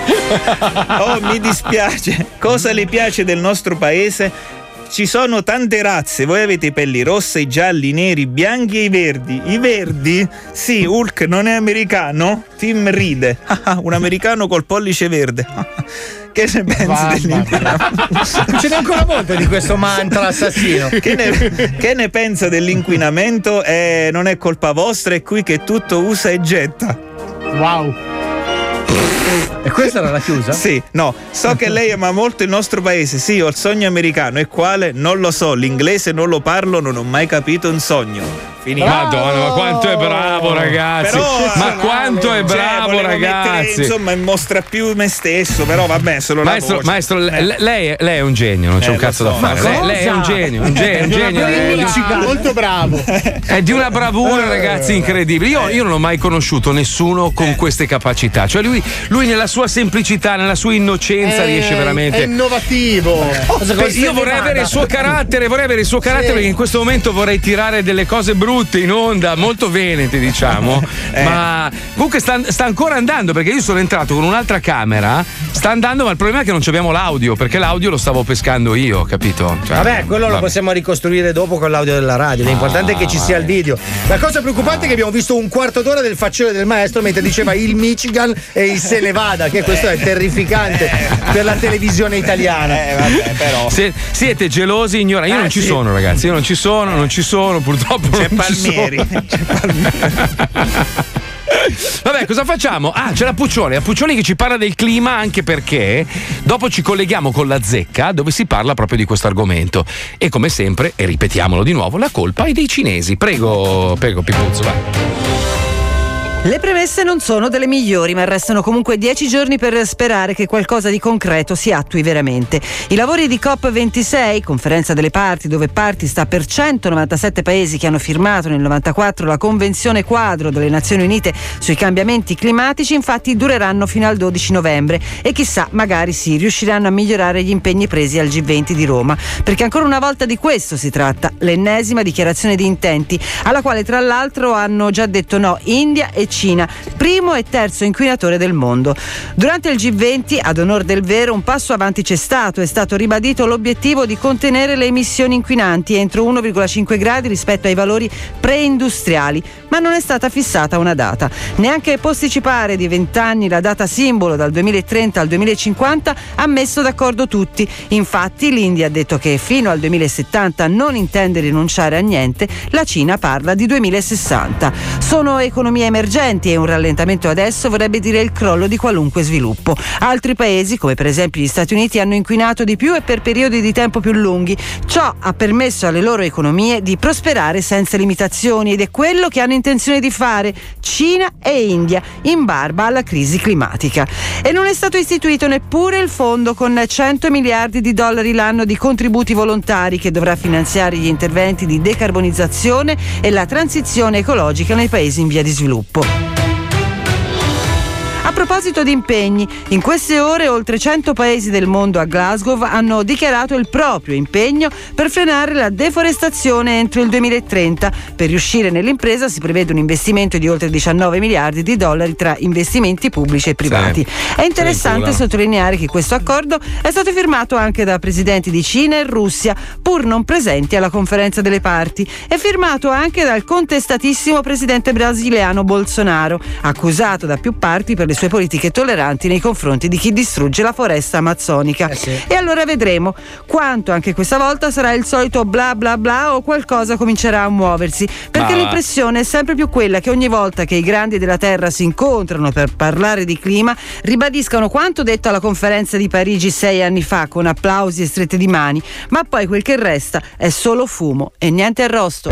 Mi dispiace. Cosa le piace del nostro paese? Ci sono tante razze, voi avete i pelli rossi, i gialli, i neri, i bianchi e i verdi. I verdi? Sì, Hulk non è americano? Tim ride. Un americano col pollice verde. Che ne pensi dell'inquinamento? Non ce n'è ancora molto di questo mantra assassino. Che ne pensa dell'inquinamento? Non è colpa vostra, è qui che tutto usa e getta. Wow. E questa era la chiusa? Sì, no. So che lei ama molto il nostro paese. Sì, ho il sogno americano. E quale? Non lo so. L'inglese non lo parlo, non ho mai capito un sogno. Finito. Madonna, ma quanto è bravo, ragazzi! Ma quanto è bravo, ragazzi! Mettere, insomma, mostra più me stesso, però vabbè, solo la voce. Maestro, lei è un genio, non c'è un cazzo da fare. Lei è un genio, un genio. Molto bravo. È di una bravura, ragazzi, incredibile. Io non ho mai conosciuto nessuno con queste capacità. Cioè lui nella sua semplicità, nella sua innocenza riesce veramente. È innovativo. Io vorrei avere il suo carattere, perché in questo momento vorrei tirare delle cose brutte in onda, molto venete, diciamo. Ma comunque sta ancora andando, perché io sono entrato con un'altra camera, sta andando, ma il problema è che non abbiamo l'audio, perché l'audio lo stavo pescando io, capito? Cioè, vabbè, quello lo possiamo ricostruire dopo con l'audio della radio. L'importante è che ci sia il video. La cosa preoccupante è che abbiamo visto un quarto d'ora del faccione del maestro mentre diceva il Michigan e il se se ne vada, che questo è terrificante per la televisione italiana. Vabbè, però. Siete gelosi, ignoranti. Io non ci sono, ragazzi. Io non ci sono, purtroppo. C'è non Palmieri. Vabbè, cosa facciamo? C'è la Puccioni che ci parla del clima, anche perché dopo ci colleghiamo con la Zecca, dove si parla proprio di questo argomento. E come sempre, e ripetiamolo di nuovo, la colpa è dei cinesi. Prego Pipuzzo, vai. Le premesse non sono delle migliori, ma restano comunque 10 giorni per sperare che qualcosa di concreto si attui veramente. I lavori di COP26, conferenza delle parti, dove parti sta per 197 paesi che hanno firmato nel 94 la Convenzione quadro delle Nazioni Unite sui cambiamenti climatici, infatti dureranno fino al 12 novembre e chissà, magari riusciranno a migliorare gli impegni presi al G20 di Roma, perché ancora una volta di questo si tratta, l'ennesima dichiarazione di intenti, alla quale tra l'altro hanno già detto no India e Cina, primo e terzo inquinatore del mondo. Durante il G20, ad onor del vero, un passo avanti c'è stato. È stato ribadito l'obiettivo di contenere le emissioni inquinanti entro 1,5 gradi rispetto ai valori preindustriali, ma non è stata fissata una data. Neanche posticipare di 20 anni la data simbolo dal 2030 al 2050 ha messo d'accordo tutti. Infatti l'India ha detto che fino al 2070 non intende rinunciare a niente, la Cina parla di 2060. Sono economie emergenti e un rallentamento adesso vorrebbe dire il crollo di qualunque sviluppo. Altri paesi, come per esempio gli Stati Uniti, hanno inquinato di più e per periodi di tempo più lunghi. Ciò ha permesso alle loro economie di prosperare senza limitazioni ed è quello che hanno intenzione di fare Cina e India in barba alla crisi climatica. E non è stato istituito neppure il fondo con 100 miliardi di dollari l'anno di contributi volontari che dovrà finanziare gli interventi di decarbonizzazione e la transizione ecologica nei paesi in via di sviluppo. A proposito di impegni, in queste ore oltre 100 paesi del mondo a Glasgow hanno dichiarato il proprio impegno per frenare la deforestazione entro il 2030. Per riuscire nell'impresa si prevede un investimento di oltre 19 miliardi di dollari tra investimenti pubblici e privati. È interessante sottolineare che questo accordo è stato firmato anche da presidenti di Cina e Russia, pur non presenti alla conferenza delle parti, e firmato anche dal contestatissimo presidente brasiliano Bolsonaro, accusato da più parti per le sue politiche tolleranti nei confronti di chi distrugge la foresta amazzonica. E allora vedremo quanto anche questa volta sarà il solito bla bla bla o qualcosa comincerà a muoversi, perché l'impressione è sempre più quella che ogni volta che i grandi della terra si incontrano per parlare di clima ribadiscano quanto detto alla conferenza di Parigi 6 anni fa con applausi e strette di mani, ma poi quel che resta è solo fumo e niente arrosto.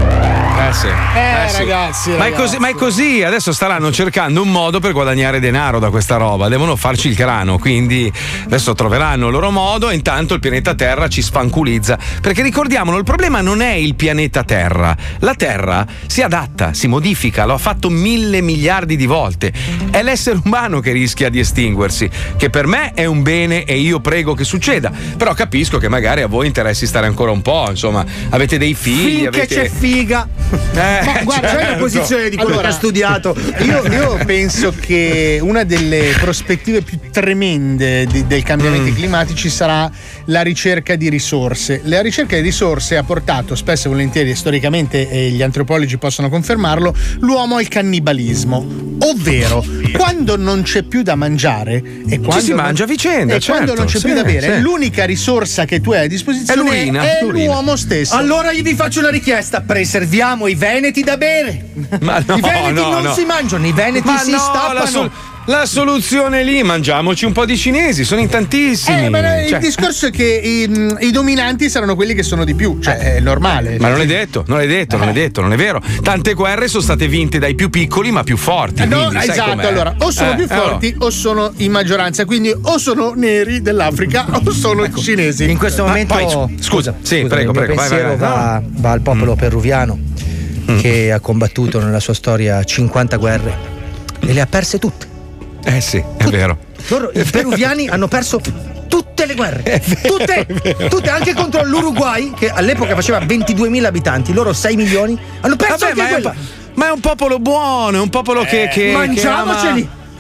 Ragazzi, ma è così, adesso staranno cercando un modo per guadagnare denaro da questa roba, devono farci il grano, quindi adesso troveranno il loro modo e intanto il pianeta Terra ci sfanculizza, perché ricordiamolo, il problema non è il pianeta Terra, la Terra si adatta, si modifica, lo ha fatto 1.000 miliardi di volte, è l'essere umano che rischia di estinguersi, che per me è un bene e io prego che succeda, però capisco che magari a voi interessi stare ancora un po', insomma, avete dei figli, finché c'è figa. Ma guarda, c'è la posizione di quello che ha studiato. Io penso che una delle prospettive più tremende dei cambiamenti climatici sarà la ricerca di risorse. La ricerca di risorse ha portato spesso e volentieri, storicamente, e gli antropologi possono confermarlo, l'uomo al cannibalismo. Ovvero, quando non c'è più da mangiare e quando si mangia a vicenda, e quando non c'è più da bere, l'unica risorsa che tu hai a disposizione è l'uomo stesso. Allora io vi faccio una richiesta: preserviamo i veneti da bere. Ma no, i veneti non si mangiano, i veneti si stappano. La soluzione lì, mangiamoci un po' di cinesi, sono in tantissimi. Il discorso è che i dominanti saranno quelli che sono di più, cioè è normale. Ma non è detto, non è vero. Tante guerre sono state vinte dai più piccoli ma più forti. No, esatto, allora, o sono più forti o sono in maggioranza, quindi o sono neri dell'Africa o sono cinesi. In questo momento, scusa, prego, il pensiero va al popolo peruviano che ha combattuto nella sua storia 50 guerre e le ha perse tutte. Sì, è vero. Loro, i peruviani, hanno perso tutte le guerre. Tutte, anche contro l'Uruguay, che all'epoca faceva 22.000 abitanti, loro 6 milioni. Hanno perso anche quello. Ma è un popolo buono, è un popolo che mangiamoceli.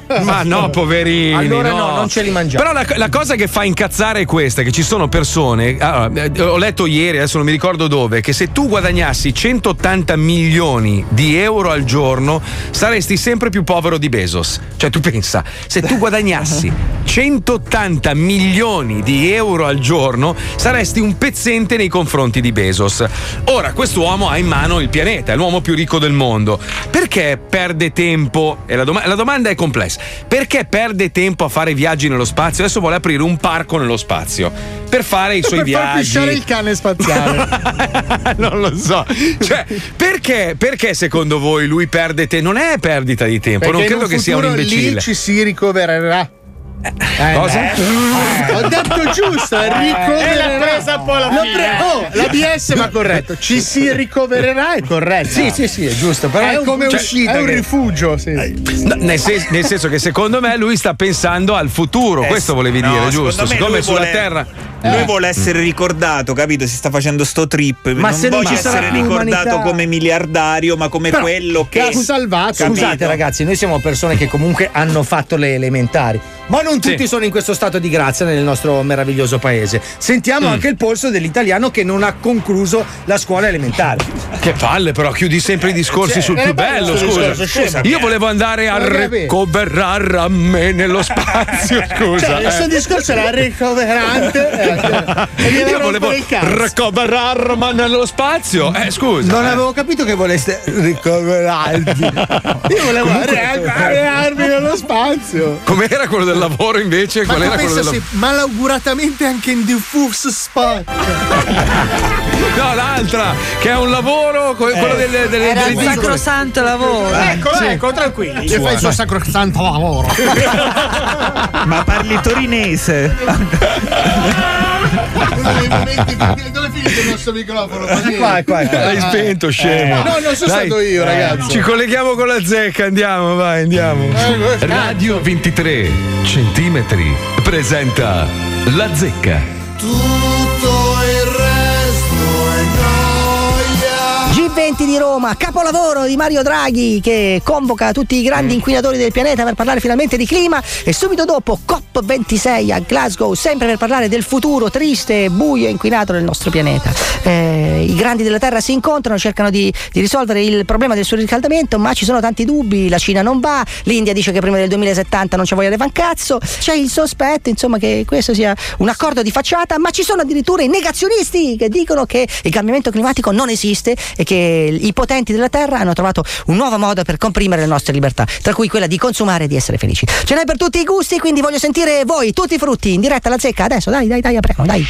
Ma no, poverini. Allora no, non ce li mangiamo. Però la cosa che fa incazzare è questa: che ci sono persone. Ho letto ieri, adesso non mi ricordo dove, che se tu guadagnassi 180 milioni di euro al giorno saresti sempre più povero di Bezos. Cioè, tu pensa, se tu guadagnassi 180 milioni di euro al giorno saresti un pezzente nei confronti di Bezos. Ora, quest'uomo ha in mano il pianeta, è l'uomo più ricco del mondo. Perché perde tempo? E la domanda è complessa. Perché perde tempo a fare viaggi nello spazio? Adesso vuole aprire un parco nello spazio per fare i suoi viaggi. Per far pisciare il cane spaziale. Non lo so. Cioè, perché secondo voi lui perde tempo? Non è perdita di tempo, perché non credo che sia un imbecille. Lì ci si ricovererà. Cosa? Ho detto giusto, ricovererà. L'ha presa poi alla fine. L'ABS va corretto. Ci si ricovererà è corretto. Sì, è giusto. Però è come uscita. È un rifugio, sì. No, nel senso che secondo me lui sta pensando al futuro. Questo volevi dire, giusto? Siccome sulla Terra. Lui vuole essere ricordato, capito? Si sta facendo sto trip. Ma non se non voglio ci sarà essere più ricordato umanità. come miliardario, ma come quello che ha salvato. Scusate, ragazzi, noi siamo persone che comunque hanno fatto le elementari. Ma non tutti sono in questo stato di grazia nel nostro meraviglioso paese. Sentiamo anche il polso dell'italiano che non ha concluso la scuola elementare. Che palle, però, chiudi sempre i discorsi sul più bello, scusa. Io volevo andare a ricoverare a me nello spazio, scusa. Cioè, il suo discorso era ricoverante. Io volevo ricoverare ma nello spazio. Scusa. Non avevo capito che voleste ricoverarvi. Io volevo ricoverarmi nello spazio. Com'era quello del lavoro invece? Ma qual era quello del lavoro? Malauguratamente anche in diffus spot. No, l'altra, che è un lavoro, quello delle era il sacrosanto lavoro. Ecco, tranquilli. Che fa il suo sacrosanto lavoro. Ma parli torinese. Dove finite il nostro microfono? Qua. L'hai spento, scemo. No, non sono stato io, ragazzi. Ci colleghiamo con la zecca, andiamo. Radio 23 centimetri presenta La Zecca. Tutto il resto è noia. G20 di Roma, capolavoro di Mario Draghi che convoca tutti i grandi inquinatori del pianeta per parlare finalmente di clima, e subito dopo COP26 a Glasgow, sempre per parlare del futuro triste, buio e inquinato del nostro pianeta. I grandi della Terra si incontrano, cercano di risolvere il problema del surriscaldamento, ma ci sono tanti dubbi. La Cina non va, l'India dice che prima del 2070 non c'è voglia di fare un cazzo, c'è il sospetto insomma che questo sia un accordo di facciata, ma ci sono addirittura i negazionisti che dicono che il cambiamento climatico non esiste e che i potenti della Terra hanno trovato un nuovo modo per comprimere le nostre libertà, tra cui quella di consumare e di essere felici. Ce n'è per tutti i gusti, quindi voglio sentire voi, tutti i frutti, in diretta alla Zecca. Adesso, dai, apriamo, dai.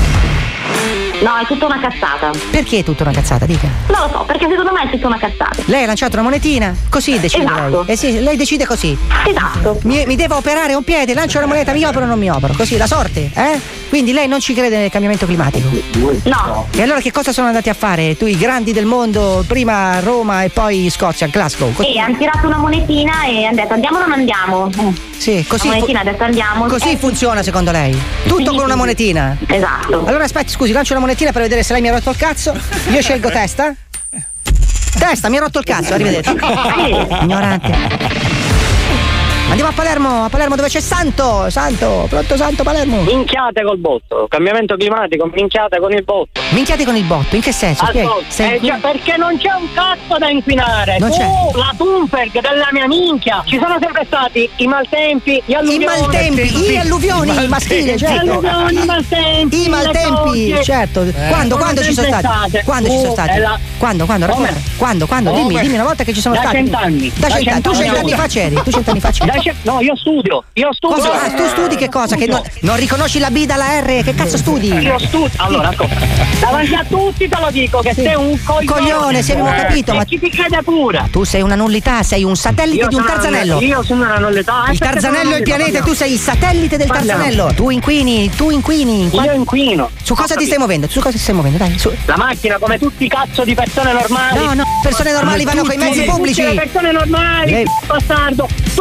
No, è tutta una cazzata. Perché è tutta una cazzata, dica? Non lo so, perché secondo me è tutta una cazzata. Lei ha lanciato una monetina? Così decide esatto. lei. Sì, lei decide così. Esatto. Mi devo operare un piede, lancio una moneta, mi opero o non mi opero? Così, la sorte, eh? Quindi lei non ci crede nel cambiamento climatico? No. E allora che cosa sono andati a fare tu, i grandi del mondo, prima a Roma e poi in Scozia, a Glasgow? E hanno tirato una monetina e hanno detto andiamo o non andiamo? Sì, così. La monetina ha detto andiamo. Così funziona secondo lei? Tutto sì, con una sì. monetina? Esatto. Allora aspetti, scusi, lancio una monetina per vedere se lei mi ha rotto il cazzo. Io scelgo testa. Testa, mi ha rotto il cazzo, arrivederci. Ignorante. Andiamo a Palermo dove c'è Santo, pronto Santo, Palermo. Minchiate col botto, cambiamento climatico, minchiate con il botto. Minchiate con il botto, in che senso? Perché non c'è un cazzo da inquinare. Non c'è. La Thunberg della mia minchia, ci sono sempre stati i maltempi, gli alluvioni. Gli alluvioni maschili, certo. Gli alluvioni, i maltempi. I maltempi, certo. Quando ci sono stati? Quando ci sono stati? Quando? Racconta. Dimmi una volta che ci sono stati. 100 anni. Da 100 anni. Tu 100 anni fa c'eri. No, io studio. Cosa? Tu studi che cosa? Che non riconosci la B dalla R? Che cazzo studi? Io studio. Allora, ascolta. Davanti a tutti te lo dico che sei un coglione, se abbiamo capito. Ma chi ti crede pure? Tu sei una nullità, sei un satellite di un tarzanello. Io sono una nullità. Il tarzanello è il pianeta, tu sei il satellite del tarzanello. Tu inquini. Io inquino. Su cosa ti stai muovendo? Dai, su. La macchina, come tutti i cazzo di persone normali. No, persone normali vanno con i mezzi pubblici. Le persone normali, bastardo. Tu come cazzo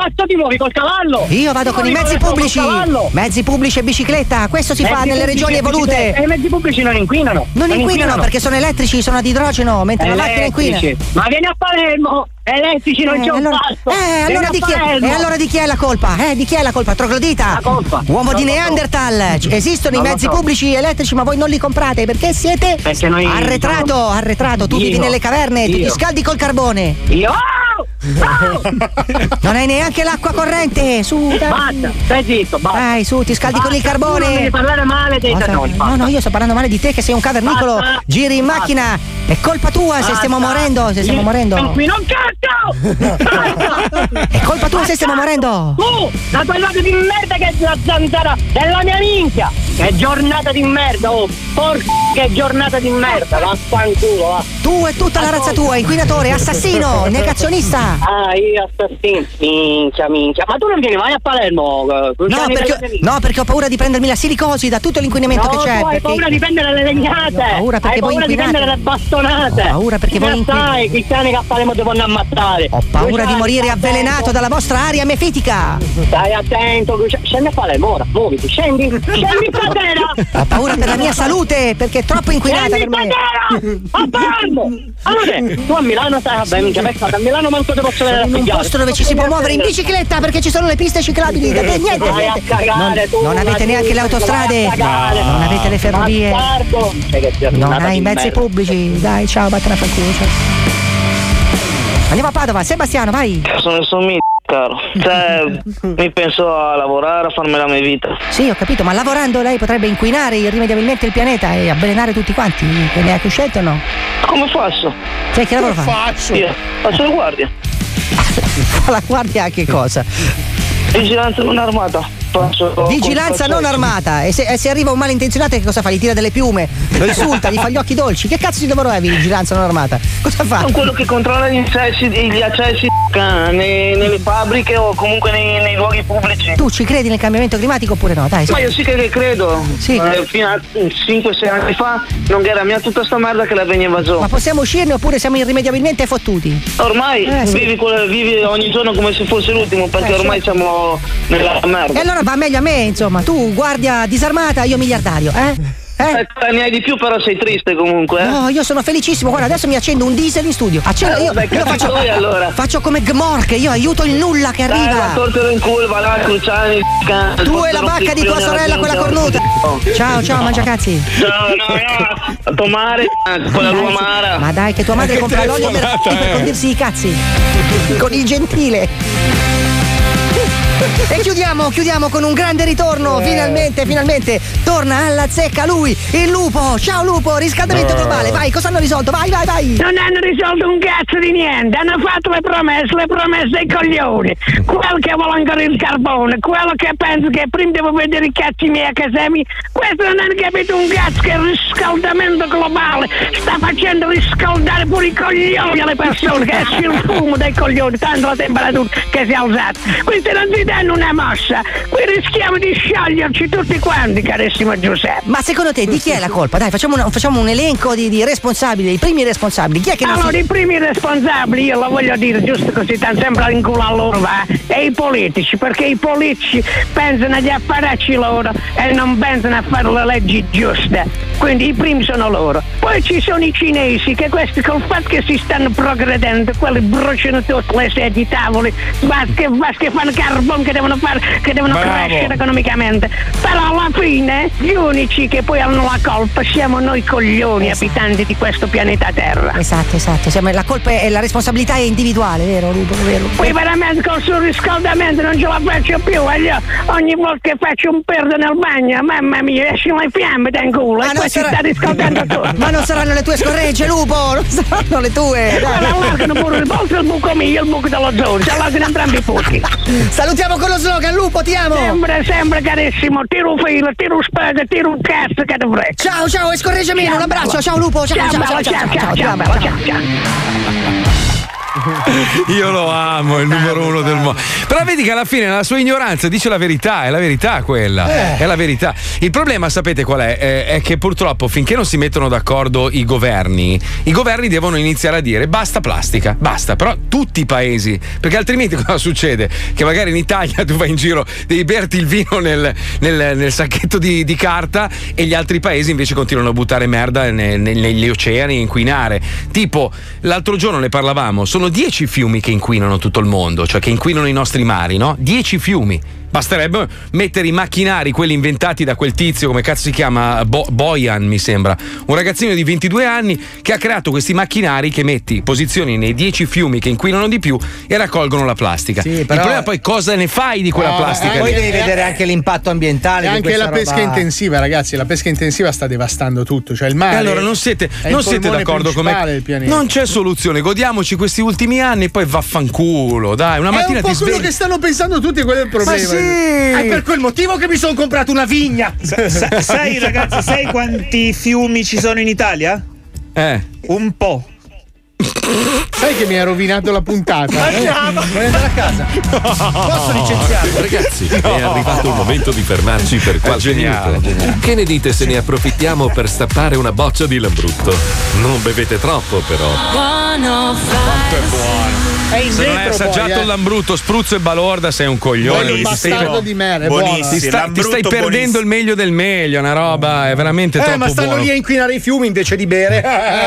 cazzo ti muovi col cavallo? Io vado con i mezzi pubblici. Mezzi pubblici e bicicletta. Questo si fa nelle regioni evolute. E i mezzi pubblici non inquinano. Non inquinano perché sono elettrici, sono ad idrogeno, mentre la macchina inquina. Ma vieni a Palermo. Elettrici non c'è un passo. Allora di chi è la colpa? Di chi è la colpa? Troglodita? Uomo di Neanderthal. Esistono i mezzi pubblici elettrici, ma voi non li comprate perché siete arretrato. Tu vivi nelle caverne, ti scaldi col carbone. Non hai neanche l'acqua corrente. Su, dai. Basta, stai zitto, basta. Dai, su, ti scaldi con il carbone. Non devi parlare male dei cannoni. No, io sto parlando male di te che sei un cavernicolo. Giri in macchina. È colpa tua se stiamo morendo. Qui non cazzo! È colpa tua se stiamo morendo. Da quel lato di merda che è la zanzara della mia minchia. Che giornata di merda, che giornata di merda, vaffanculo, va. Tu e tutta la razza tua, inquinatore, assassino, negazionista. Io assassino, minchia. Ma tu non vieni mai a Palermo? Perché ho paura di prendermi la silicosi da tutto l'inquinamento che c'è. Hai paura di prendere le legnate. Hai paura di prendere le bastonate. Ho paura perché voi inquinate. I cristiani che a Palermo devono ammazzare. Ho paura di morire avvelenato dalla vostra aria mefitica. Stai attento, scendi a Palermo ora, muoviti, scendi stasera. Ho paura per la mia salute perché è troppo inquinata per me. A Palermo! Allora, tu a Milano stai, vabbè, minchia, a Milano manco te posso vedere. Un posto dove ci si può muovere in bicicletta perché ci sono le piste ciclabili. Non avete neanche le autostrade, non avete le ferrovie, non hai i mezzi pubblici. Dai, ciao, vattene a fanculo. Andiamo a Padova, Sebastiano, vai. Sono caro. Mi penso a lavorare, a farmi la mia vita. Sì, ho capito, ma lavorando lei potrebbe inquinare irrimediabilmente il pianeta e avvelenare tutti quanti. Ne ha più scelto o no? Come faccio? Cioè, che lavoro fa? Io faccio la guardia. La guardia a che cosa? Vigilanza non armata. Vigilanza non armata. E se arriva un malintenzionato che cosa fa? Gli tira delle piume, lo insulta, gli fa gli occhi dolci. Che cazzo di lavoro è vigilanza non armata? Cosa fa? Sono quello che controlla gli accessi nelle fabbriche o comunque nei luoghi pubblici. Tu ci credi nel cambiamento climatico oppure no? Dai, ma io sì che credo. Sì. Fino a 5-6 anni fa non era mia tutta sta merda che la veniva giù. Ma possiamo uscirne oppure siamo irrimediabilmente fottuti? Ormai vivi ogni giorno come se fosse l'ultimo, perché ormai siamo nella merda. E allora va meglio a me, insomma. Tu guardia disarmata, io miliardario, ne hai di più, però sei triste comunque. No, io sono felicissimo. Guarda, adesso mi accendo un diesel in studio. Faccio come Gmork, io aiuto il nulla che arriva. La tortero in culo, va là, Cruciani. Tu e la bacca di tua sorella, quella cornuta. Ciao, mangiacazzi. A tua madre, con la tua mara. Ma dai, che tua madre compra l'olio per condirsi i cazzi. Con il gentile. E chiudiamo con un grande ritorno. Finalmente torna alla zecca lui, il lupo. Ciao lupo, riscaldamento globale. Vai, cosa hanno risolto? Vai. Non hanno risolto un cazzo di niente. Hanno fatto le promesse ai coglioni. Quello che vuole ancora il carbone, quello che pensa che prima devo vedere i cazzi miei a casa mia. Questo non hanno capito un cazzo che il riscaldamento globale sta facendo riscaldare pure i coglioni alle persone, che esce il fumo dai coglioni, tanto la temperatura che si è alzata. Questi non si danno una mossa. Qui rischiamo di scioglierci tutti quanti, carissimo Giuseppe. Ma secondo te di chi è la colpa? Dai, facciamo un elenco di responsabili, i primi responsabili. Chi è che i primi responsabili, io lo voglio dire giusto così, stanno sempre in culo a loro, va? E i politici, perché i politici pensano agli affaracci loro e non pensano a fare le leggi giuste. Quindi i primi sono loro. Poi ci sono i cinesi che questi col fatto che si stanno progredendo, quelli bruciano tutte le sedie, i tavoli, che fanno carbone, che devono crescere economicamente. Però alla fine gli unici che poi hanno la colpa siamo noi coglioni, abitanti di questo pianeta Terra. Esatto. La colpa e la responsabilità è individuale, vero Lupo? Vero? Poi veramente col surriscaldamento non ce la faccio più. Ogni volta che faccio un perdo nel bagno, mamma mia, escono le fiamme da in culo. E poi si sta riscaldando tutto. Ma non saranno le tue scorregge, Lupo! Non saranno le tue! Allargano pure il buco mio e il buco dello zoo. Si allargano entrambi i buchi. Salutiamo con lo slogan, Lupo, ti amo! Sempre carissimo. Tiro un filo, tiro un spago, tiro un cazzo che dovrei. Ciao, e scorregge meno, un abbraccio, ciao Lupo, ciao. Io lo amo, è il numero uno del mondo. Però vedi che alla fine la sua ignoranza dice la verità, è la verità quella. È la verità. Il problema, sapete qual è? È che purtroppo finché non si mettono d'accordo i governi devono iniziare a dire basta plastica, basta. Però tutti i paesi, perché altrimenti cosa succede? Che magari in Italia tu vai in giro, devi berti il vino nel sacchetto di carta e gli altri paesi invece continuano a buttare merda negli oceani e inquinare. Tipo, l'altro giorno ne parlavamo, sono 10 fiumi che inquinano tutto il mondo, cioè che inquinano i nostri mari, no? 10 fiumi. Basterebbe mettere i macchinari, quelli inventati da quel tizio, come cazzo si chiama? Boyan, mi sembra. Un ragazzino di 22 anni che ha creato questi macchinari che posizioni nei 10 fiumi che inquinano di più e raccolgono la plastica. Sì, però... Il problema poi cosa ne fai di quella plastica? Poi devi vedere anche l'impatto ambientale. E anche la pesca intensiva, ragazzi. La pesca intensiva sta devastando tutto. Cioè il mare. E allora non siete d'accordo con me? Non c'è soluzione. Godiamoci questi ultimi anni e poi vaffanculo. Dai, una mattina ti svegli. È un po' quello che stanno pensando tutti, quello è il problema. È per quel motivo che mi sono comprato una vigna. Sai ragazzi, sai quanti fiumi ci sono in Italia? Un po'. Sai che mi ha rovinato la puntata? Andiamo, vuoi andare a casa? Posso licenziarlo? Ragazzi, è arrivato il momento di fermarci per qualche minuto. Che ne dite se ne approfittiamo per stappare una boccia di Lambrutto? Non bevete troppo, però. Quanto è buono. Se non hai assaggiato il Lambrutto, spruzzo e balorda, sei un coglione. Ti stai perdendo il meglio del meglio, una roba, è veramente troppo buono. Ma stanno lì a inquinare i fiumi invece di bere.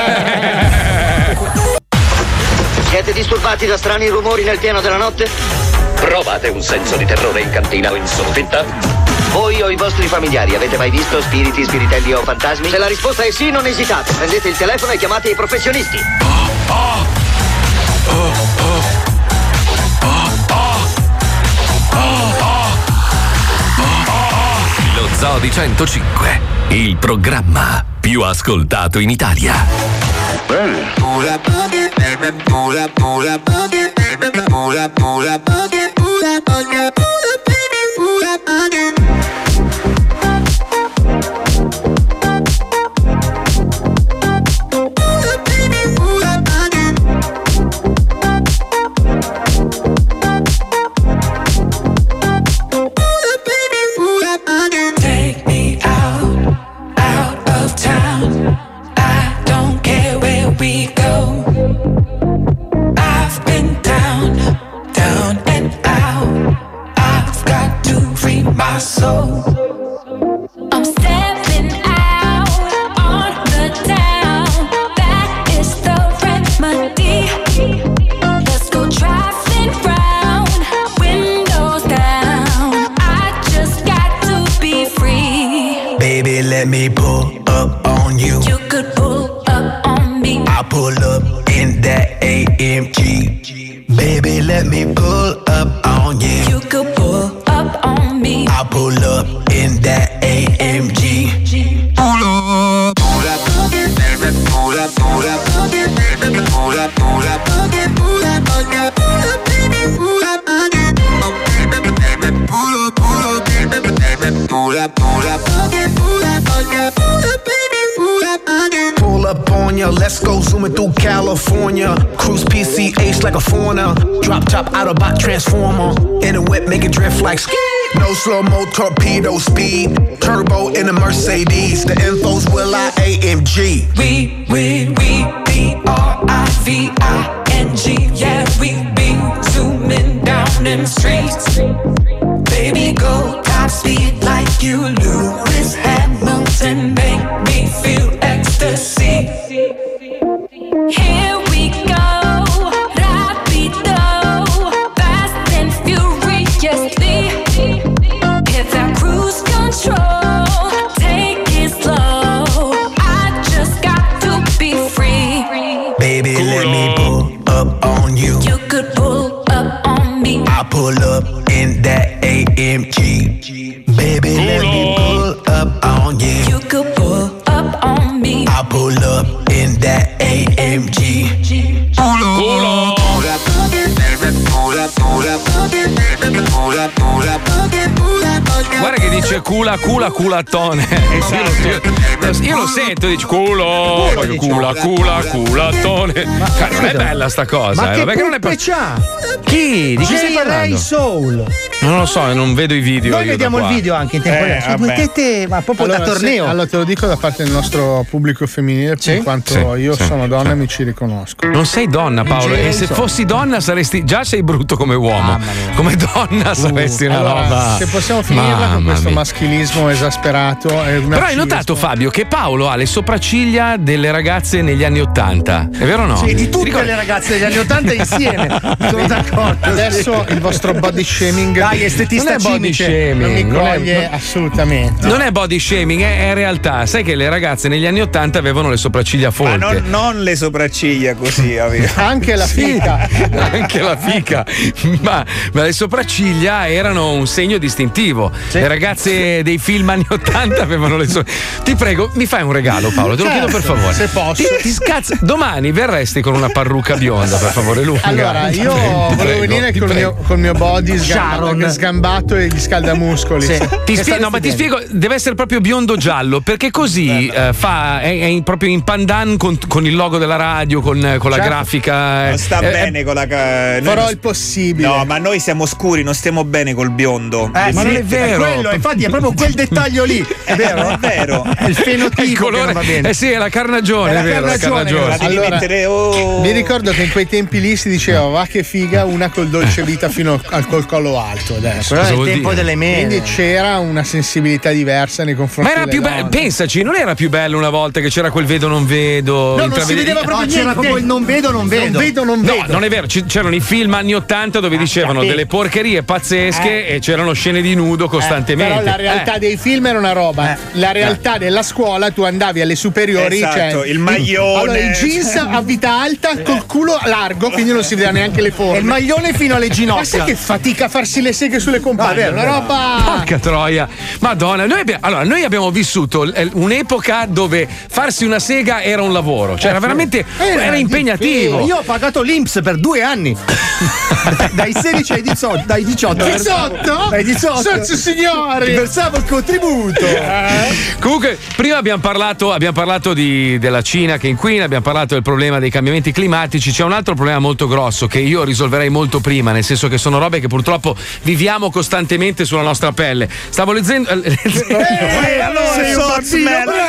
Siete disturbati da strani rumori nel pieno della notte? Provate un senso di terrore in cantina o in soffitta? Voi o i vostri familiari avete mai visto spiriti, spiritelli o fantasmi? Se la risposta è sì, non esitate. Prendete il telefono e chiamate i professionisti. Lo Zoo di 105, il programma più ascoltato in Italia. Bene. Take me out of town. I don't care where we go. I've been down and out. I've got to free my soul. I'm stepping out on the town. That is the remedy. Let's go driving round, windows down. I just got to be free. Baby, let me pull up on you. You could pull up on me. I pull up in that AMG. Baby, let me pull up on you. You could pull up on me. I pull up in that AMG. Pull up, pull up, baby, pull up, pull up, baby, pull up, pull up, pull up, pull up, baby, pull up, baby, pull up, pull up, baby, pull up, pull up, pull up, baby, pull up. Pull up on ya, let's go zooming through California. Cruise PCH like a foreigner. Drop top, Autobot transformer. In a whip, make it drift like ski. No slow-mo, torpedo speed. Turbo in a Mercedes. The info's Will I AMG. We, B-R-I-V-I-N-G. Yeah, we be zooming down them streets. Baby, go top speed like you Lewis Hamilton. Make me feel ecstasy. Here we go, rapido, fast and furiously. Hit that cruise control, take it slow. I just got to be free. Baby, let me pull up on you. You could pull up on me. I pull up in that AMG. Baby, let me pull up on you. You could pull up on me. I pull up in that culatone. Io lo sento, dici culo, culatone. Non è bella sta cosa. Ma che non è c'ha? Chi? Di chi stai parlando? J-Ray Soul. Non lo so, non vedo i video. Noi vediamo il video anche in tempo reale. Due tette, ma proprio da torneo. Allora te lo dico da parte del nostro pubblico femminile, in quanto io sono donna e mi ci riconosco. Non sei donna, Paolo, e se fossi donna saresti. Già sei brutto come uomo. Come donna saresti una roba. Se possiamo finirla con questo maschilismo esasperato. Però hai notato, Fabio, che Paolo ha le sopracciglia delle ragazze negli anni '80, è vero o no? Sì, di tutte le ragazze degli anni '80 insieme. Sono d'accordo. Adesso il vostro body shaming. Dai, estetista cinice. Non mi coglie assolutamente. Non è body shaming, è realtà. Sai che le ragazze negli anni '80 avevano le sopracciglia folte. Ma non le sopracciglia così. Anche la fica. Anche la fica. Ma le sopracciglia erano un segno distintivo. Le ragazze dei film anni '80 avevano le Ti prego, mi fai un regalo, Paolo, te lo chiedo per favore. Se posso. Ti scazza. Domani verresti con una parrucca bionda, per favore, lunga. Allora, io volevo venire col mio body sgambato e gli scaldamuscoli. Sì. Ti spiego, deve essere proprio biondo giallo, perché così è proprio in pandan con il logo della radio, con la grafica. Non sta bene con la farò il possibile. No, ma noi siamo scuri, non stiamo bene col biondo. Ma non è vero. Infatti è proprio quel dettaglio lì. È vero? È vero. È il fenotipo che non va bene. Sì, è la carnagione, è vero, la carnagione. Allora, mi ricordo che in quei tempi lì si diceva va che figa, una col dolce vita fino col collo alto. Adesso però è il tempo delle mele. Quindi c'era una sensibilità diversa nei confronti. Ma era più bello, pensaci, non era più bello una volta che c'era quel vedo non vedo? No, non si vedeva proprio niente. C'era proprio il non vedo. Non vedo. No, non è vero, c'erano i film anni '80 dove dicevano delle porcherie pazzesche e c'erano scene di nudo costantemente. Però la realtà dei film era una roba. La realtà della scuola, tu andavi alle superiori, esatto, il maglione. Allora, il jeans a vita alta col culo largo, quindi non si vedeva neanche le forme. E il maglione fino alle ginocchia. Ma sai che fatica a farsi le seghe sulle compagne? Una roba. Porca troia. Madonna, noi abbiamo vissuto un'epoca dove farsi una sega era un lavoro, cioè era veramente era impegnativo. Io ho pagato l'INPS per 2 anni. Dai 16 ai 18. Dai 18? 18? Dai 18. Senza signori. Versavo il contributo. Comunque, prima abbiamo parlato della Cina che inquina, abbiamo parlato del problema dei cambiamenti climatici. C'è un altro problema molto grosso che io risolverei molto prima, nel senso che sono robe che purtroppo viviamo costantemente sulla nostra pelle. Stavo leggendo. Allora sei un bambino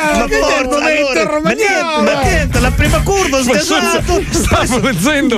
bravo, ma attento, la prima curva stavo leggendo.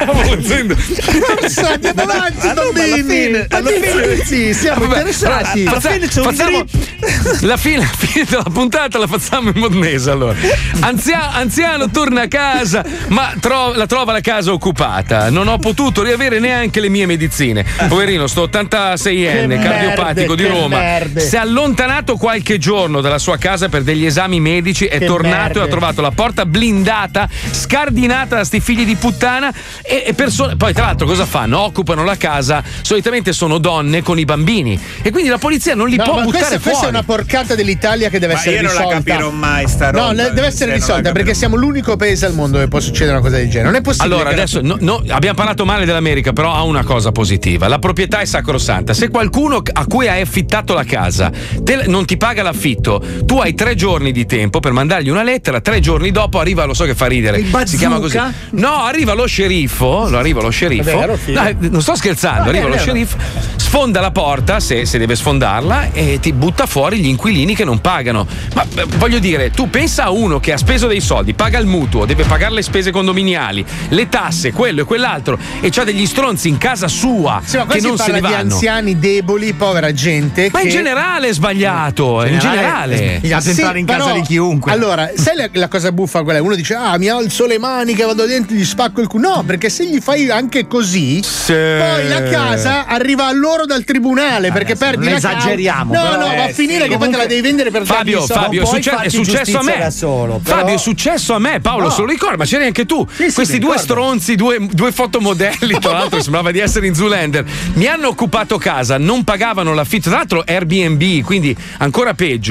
Andiamo avanti, bambini. Alla fine sì, siamo interessati. Facciamo la fine della puntata la facciamo in modnese. Allora, anziano torna a casa, ma la trova la casa occupata. Non ho potuto riavere neanche le mie medicine. Poverino, sto 86enne cardiopatico di Roma. Si è allontanato qualche giorno dalla sua casa per degli esami medici, è tornato e ha trovato la porta blindata, scardinata da sti figli di puttana e persone. Poi tra l'altro cosa fanno? Occupano la casa, solitamente sono donne con i bambini e quindi la polizia non li può buttare fuori. Questa è una porcata dell'Italia che deve essere risolta. Io non la capirò mai sta roba. No, deve essere risolta perché siamo l'unico paese al mondo dove può succedere una cosa del genere. Non è possibile. Allora adesso abbiamo parlato male dell'America, però ha una cosa positiva: la proprietà è sacrosanta. Se qualcuno a cui hai affittato la casa non ti paga l'affitto, tu hai 3 giorni di tempo per mandargli una lettera. 3 giorni dopo arriva, lo so che fa ridere, si chiama così. No, arriva lo sceriffo. Non sto scherzando, arriva lo sceriffo, sfonda la porta se deve sfondarla e ti butta fuori gli inquilini che non pagano. Ma voglio dire, tu pensa a uno che ha speso dei soldi, paga il mutuo, deve pagare le spese condominiali, le tasse, quello e quell'altro, e c'ha degli stronzi in casa sua che non se ne vanno. Di anziani deboli, povera gente. Ma in generale è sbagliato. In generale entrare in casa di chiunque. Allora, sai la cosa buffa quella? Uno dice mi alzo le maniche, vado dentro, gli spacco il culo. No, perché se gli fai anche così, poi la casa arriva a loro dal tribunale perché perdi la casa. Esageriamo. No, va a finire che poi te la devi vendere per Fabio, è successo a me. Fabio, è successo a me, Paolo, se lo ricordi, ma c'eri anche tu. Questi due stronzi, due fotomodelli, tra l'altro sembrava di essere in Zoolander, mi hanno occupato casa, non pagavano l'affitto, tra l'altro Airbnb, quindi ancora peggio, e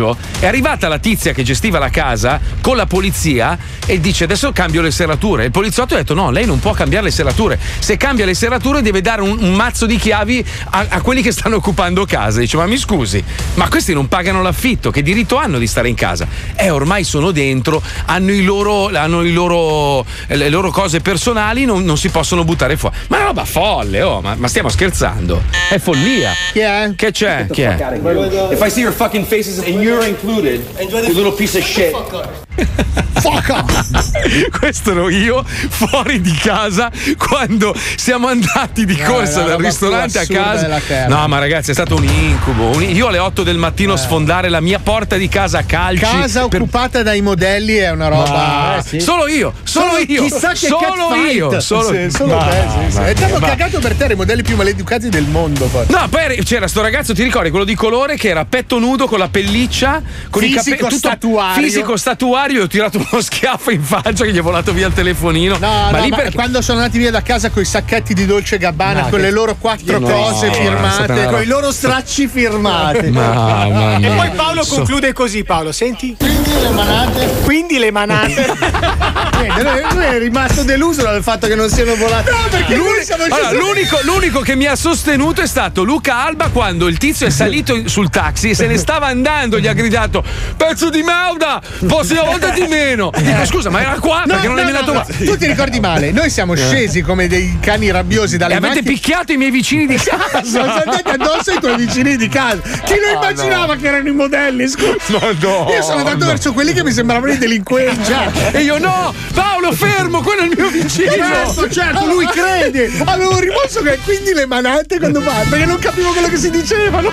arrivata la tizia che gestiva la casa con la polizia e dice adesso cambio le serrature. Il poliziotto ha detto no, lei non può cambiare le serrature, se cambia le serrature deve dare un mazzo di chiavi a quelli che stanno occupando casa. Dice ma mi scusi, ma questi non pagano l'affitto, che diritto hanno di stare in casa? Ormai sono dentro, hanno le loro cose personali, non si possono buttare fuori. Ma è una roba folle, ma stiamo scherzando? È follia. Chi è? Che c'è? Chi è? If I see your fucking faces and you're included, you little piece of shit. Fuck off! Questo ero io fuori di casa quando siamo andati di corsa dal ristorante a casa. No, ma ragazzi, è stato un incubo. Io alle 8 del mattino sfondare la mia porta di casa a calci. Casa occupata dai modelli è una roba. Sì. Solo io. Chissà che solo io. Solo te. E ti hanno cagato per te, i modelli più maleducati del mondo. Poi. No, poi c'era sto ragazzo, ti ricordi, quello di colore che era petto nudo con la pelliccia, con i capelli fisico statuario. Io ho tirato uno schiaffo in faccia che gli è volato via il telefonino. Quando sono andati via da casa con i sacchetti di Dolce & Gabbana, con le loro 4 cose firmate, con i loro stracci firmati. E poi Paolo conclude così, Paolo, senti? Quindi le manate. Lui è rimasto deluso dal fatto che non siano volate. No, perché l'unico che mi ha sostenuto è stato Luca Alba quando il tizio è salito sul taxi e se ne stava andando, gli ha gridato pezzo di merda, prossima volta di meno. Dico, scusa, ma era qua perché non è venuto qua. Tu ti ricordi male, noi siamo scesi come dei cani rabbiosi dalle macchine. Avete picchiato i miei vicini di casa. Sono andati addosso ai tuoi vicini di casa. Chi lo immaginava che erano i modelli? Scusa. Io sono andato verso quelli che mi sembravano i delinquenti. E io no, Paolo fermo, quello è il mio vicino. Certo, lui crede. Avevo rimosso che quindi le manate quando parlo, perché non capivo quello che si dicevano.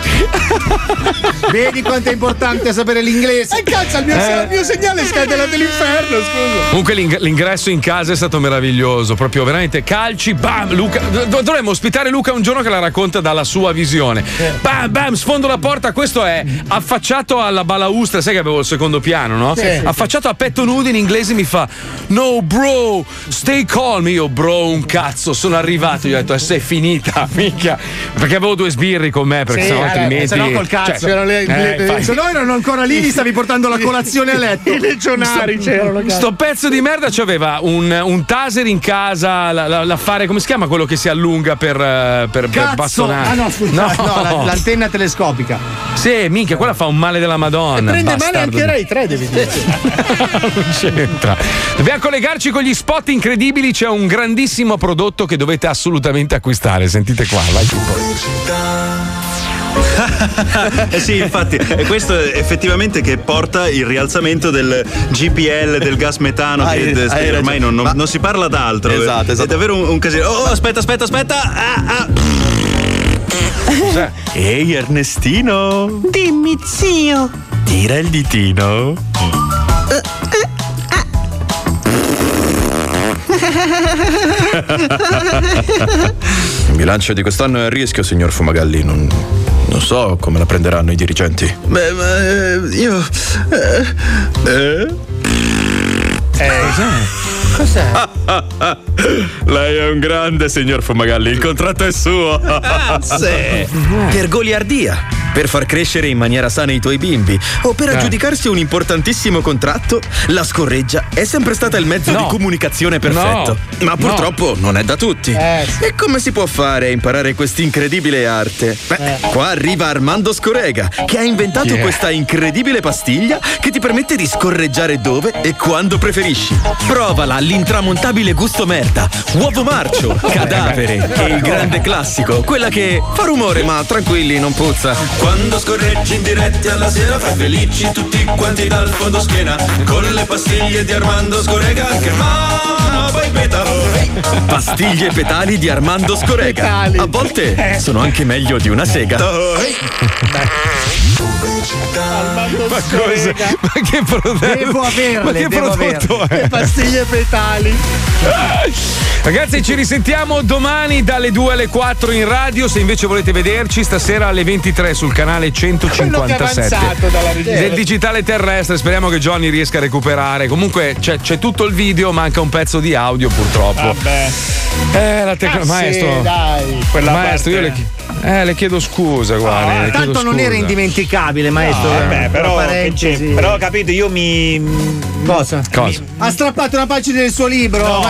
Vedi quanto è importante sapere l'inglese. Cazzo, il mio segnale scatena dell'inferno, scusa. Comunque l'ingresso in casa è stato meraviglioso, proprio veramente calci, bam, Luca. Dovremmo ospitare Luca un giorno che la racconta dalla sua visione. Bam, bam, sfondo la porta, questo è affacciato alla balaustra, sai che avevo il secondo piano, no? Sì. Affacciato a petto nudo in inglese mi fa no bro, stay calm. Io bro un cazzo, sono arrivato, gli ho detto sei finita, minchia, perché avevo 2 sbirri con me, perché sennò altrimenti se no col cazzo se no erano ancora lì, mi stavi portando la colazione a letto. I legionari c'erano. Sto pezzo di merda c'aveva un taser in casa, l'affare, come si chiama quello che si allunga per bastonare? Ah no, scusa, no, l'antenna telescopica. Sì, minchia, quella fa un male della Madonna. E prende male anche Rai 3, devi dire. Non c'entra. Dobbiamo collegarci con gli spot incredibili. C'è un grandissimo prodotto che dovete assolutamente acquistare. Sentite qua, vai. Sì, infatti, è questo effettivamente che porta il rialzamento del GPL, del gas metano, che ormai non si parla d'altro. Esatto. È davvero un casino. Oh, aspetta. Ehi Ernestino, dimmi zio, tira il ditino. Il bilancio di quest'anno è a rischio, signor Fumagalli. Non so come la prenderanno i dirigenti. Beh, ma io. Cos'è? Lei è un grande, signor Fumagalli. Il contratto è suo. Sì. Per goliardia, per far crescere in maniera sana i tuoi bimbi o per aggiudicarsi un importantissimo contratto, la scorreggia è sempre stata il mezzo di comunicazione perfetto. Ma purtroppo non è da tutti. E come si può fare a imparare questa incredibile arte? Beh, qua arriva Armando Scorega, che ha inventato questa incredibile pastiglia che ti permette di scorreggiare dove e quando preferisci. Provala l'intramontabile gusto merda, uovo marcio, cadavere e il grande classico, quella che fa rumore ma tranquilli, non puzza. Quando scorreggi in diretta alla sera fai felici tutti quanti dal fondo schiena, con le pastiglie di Armando Scorega che mano poi petalo. Pastiglie petali di Armando Scorega. A volte sono anche meglio di una sega. Ma cosa? Ma che prodotto? Devo averle, Le pastiglie petali. Ragazzi, ci risentiamo domani dalle 2 alle 4 in radio. Se invece volete vederci, stasera alle 23 sul canale 157 del digitale terrestre. Speriamo che Johnny riesca a recuperare. Comunque c'è tutto il video, manca un pezzo di audio purtroppo. Vabbè. Maestro, dai. Maestro, io le chiedo scusa, guarda. Tanto non era indimenticabile, maestro. Vabbè, però capito, io Cosa? Ha strappato una pagina del suo libro. No,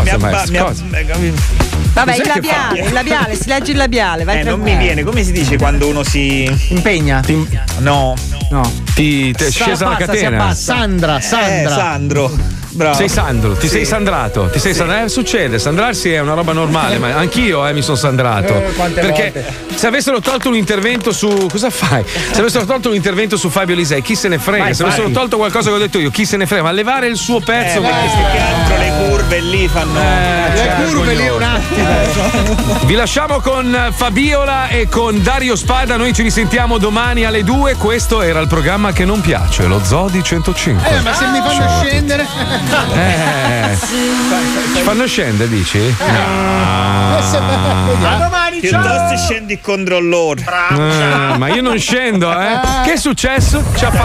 Vabbè, il labiale, si legge il labiale. Vai non mi viene, come si dice quando uno si impegna? No. Ti è scesa la catena. Sandro. Bravo. Sei Sandro, ti sei sandrato. Succede, sandrarsi è una roba normale, ma anch'io mi sono sandrato. Perché se avessero tolto un intervento su. Cosa fai? Se avessero tolto un intervento su Fabio Lisei, chi se ne frega? Se avessero tolto qualcosa che ho detto io, chi se ne frega? Ma levare il suo pezzo. Che altro le curve lì fanno. Le curve lì un attimo. Vi lasciamo con Fabiola e con Dario Spada. Noi ci risentiamo domani alle 2. Questo era il programma che non piace, lo Zoo di 105. Ma se mi fanno scendere. Ci fanno scendere, dici? A domani, ciao. Piuttosto scendi contro loro. Ma io non scendo, Che è successo? Ci ha fatto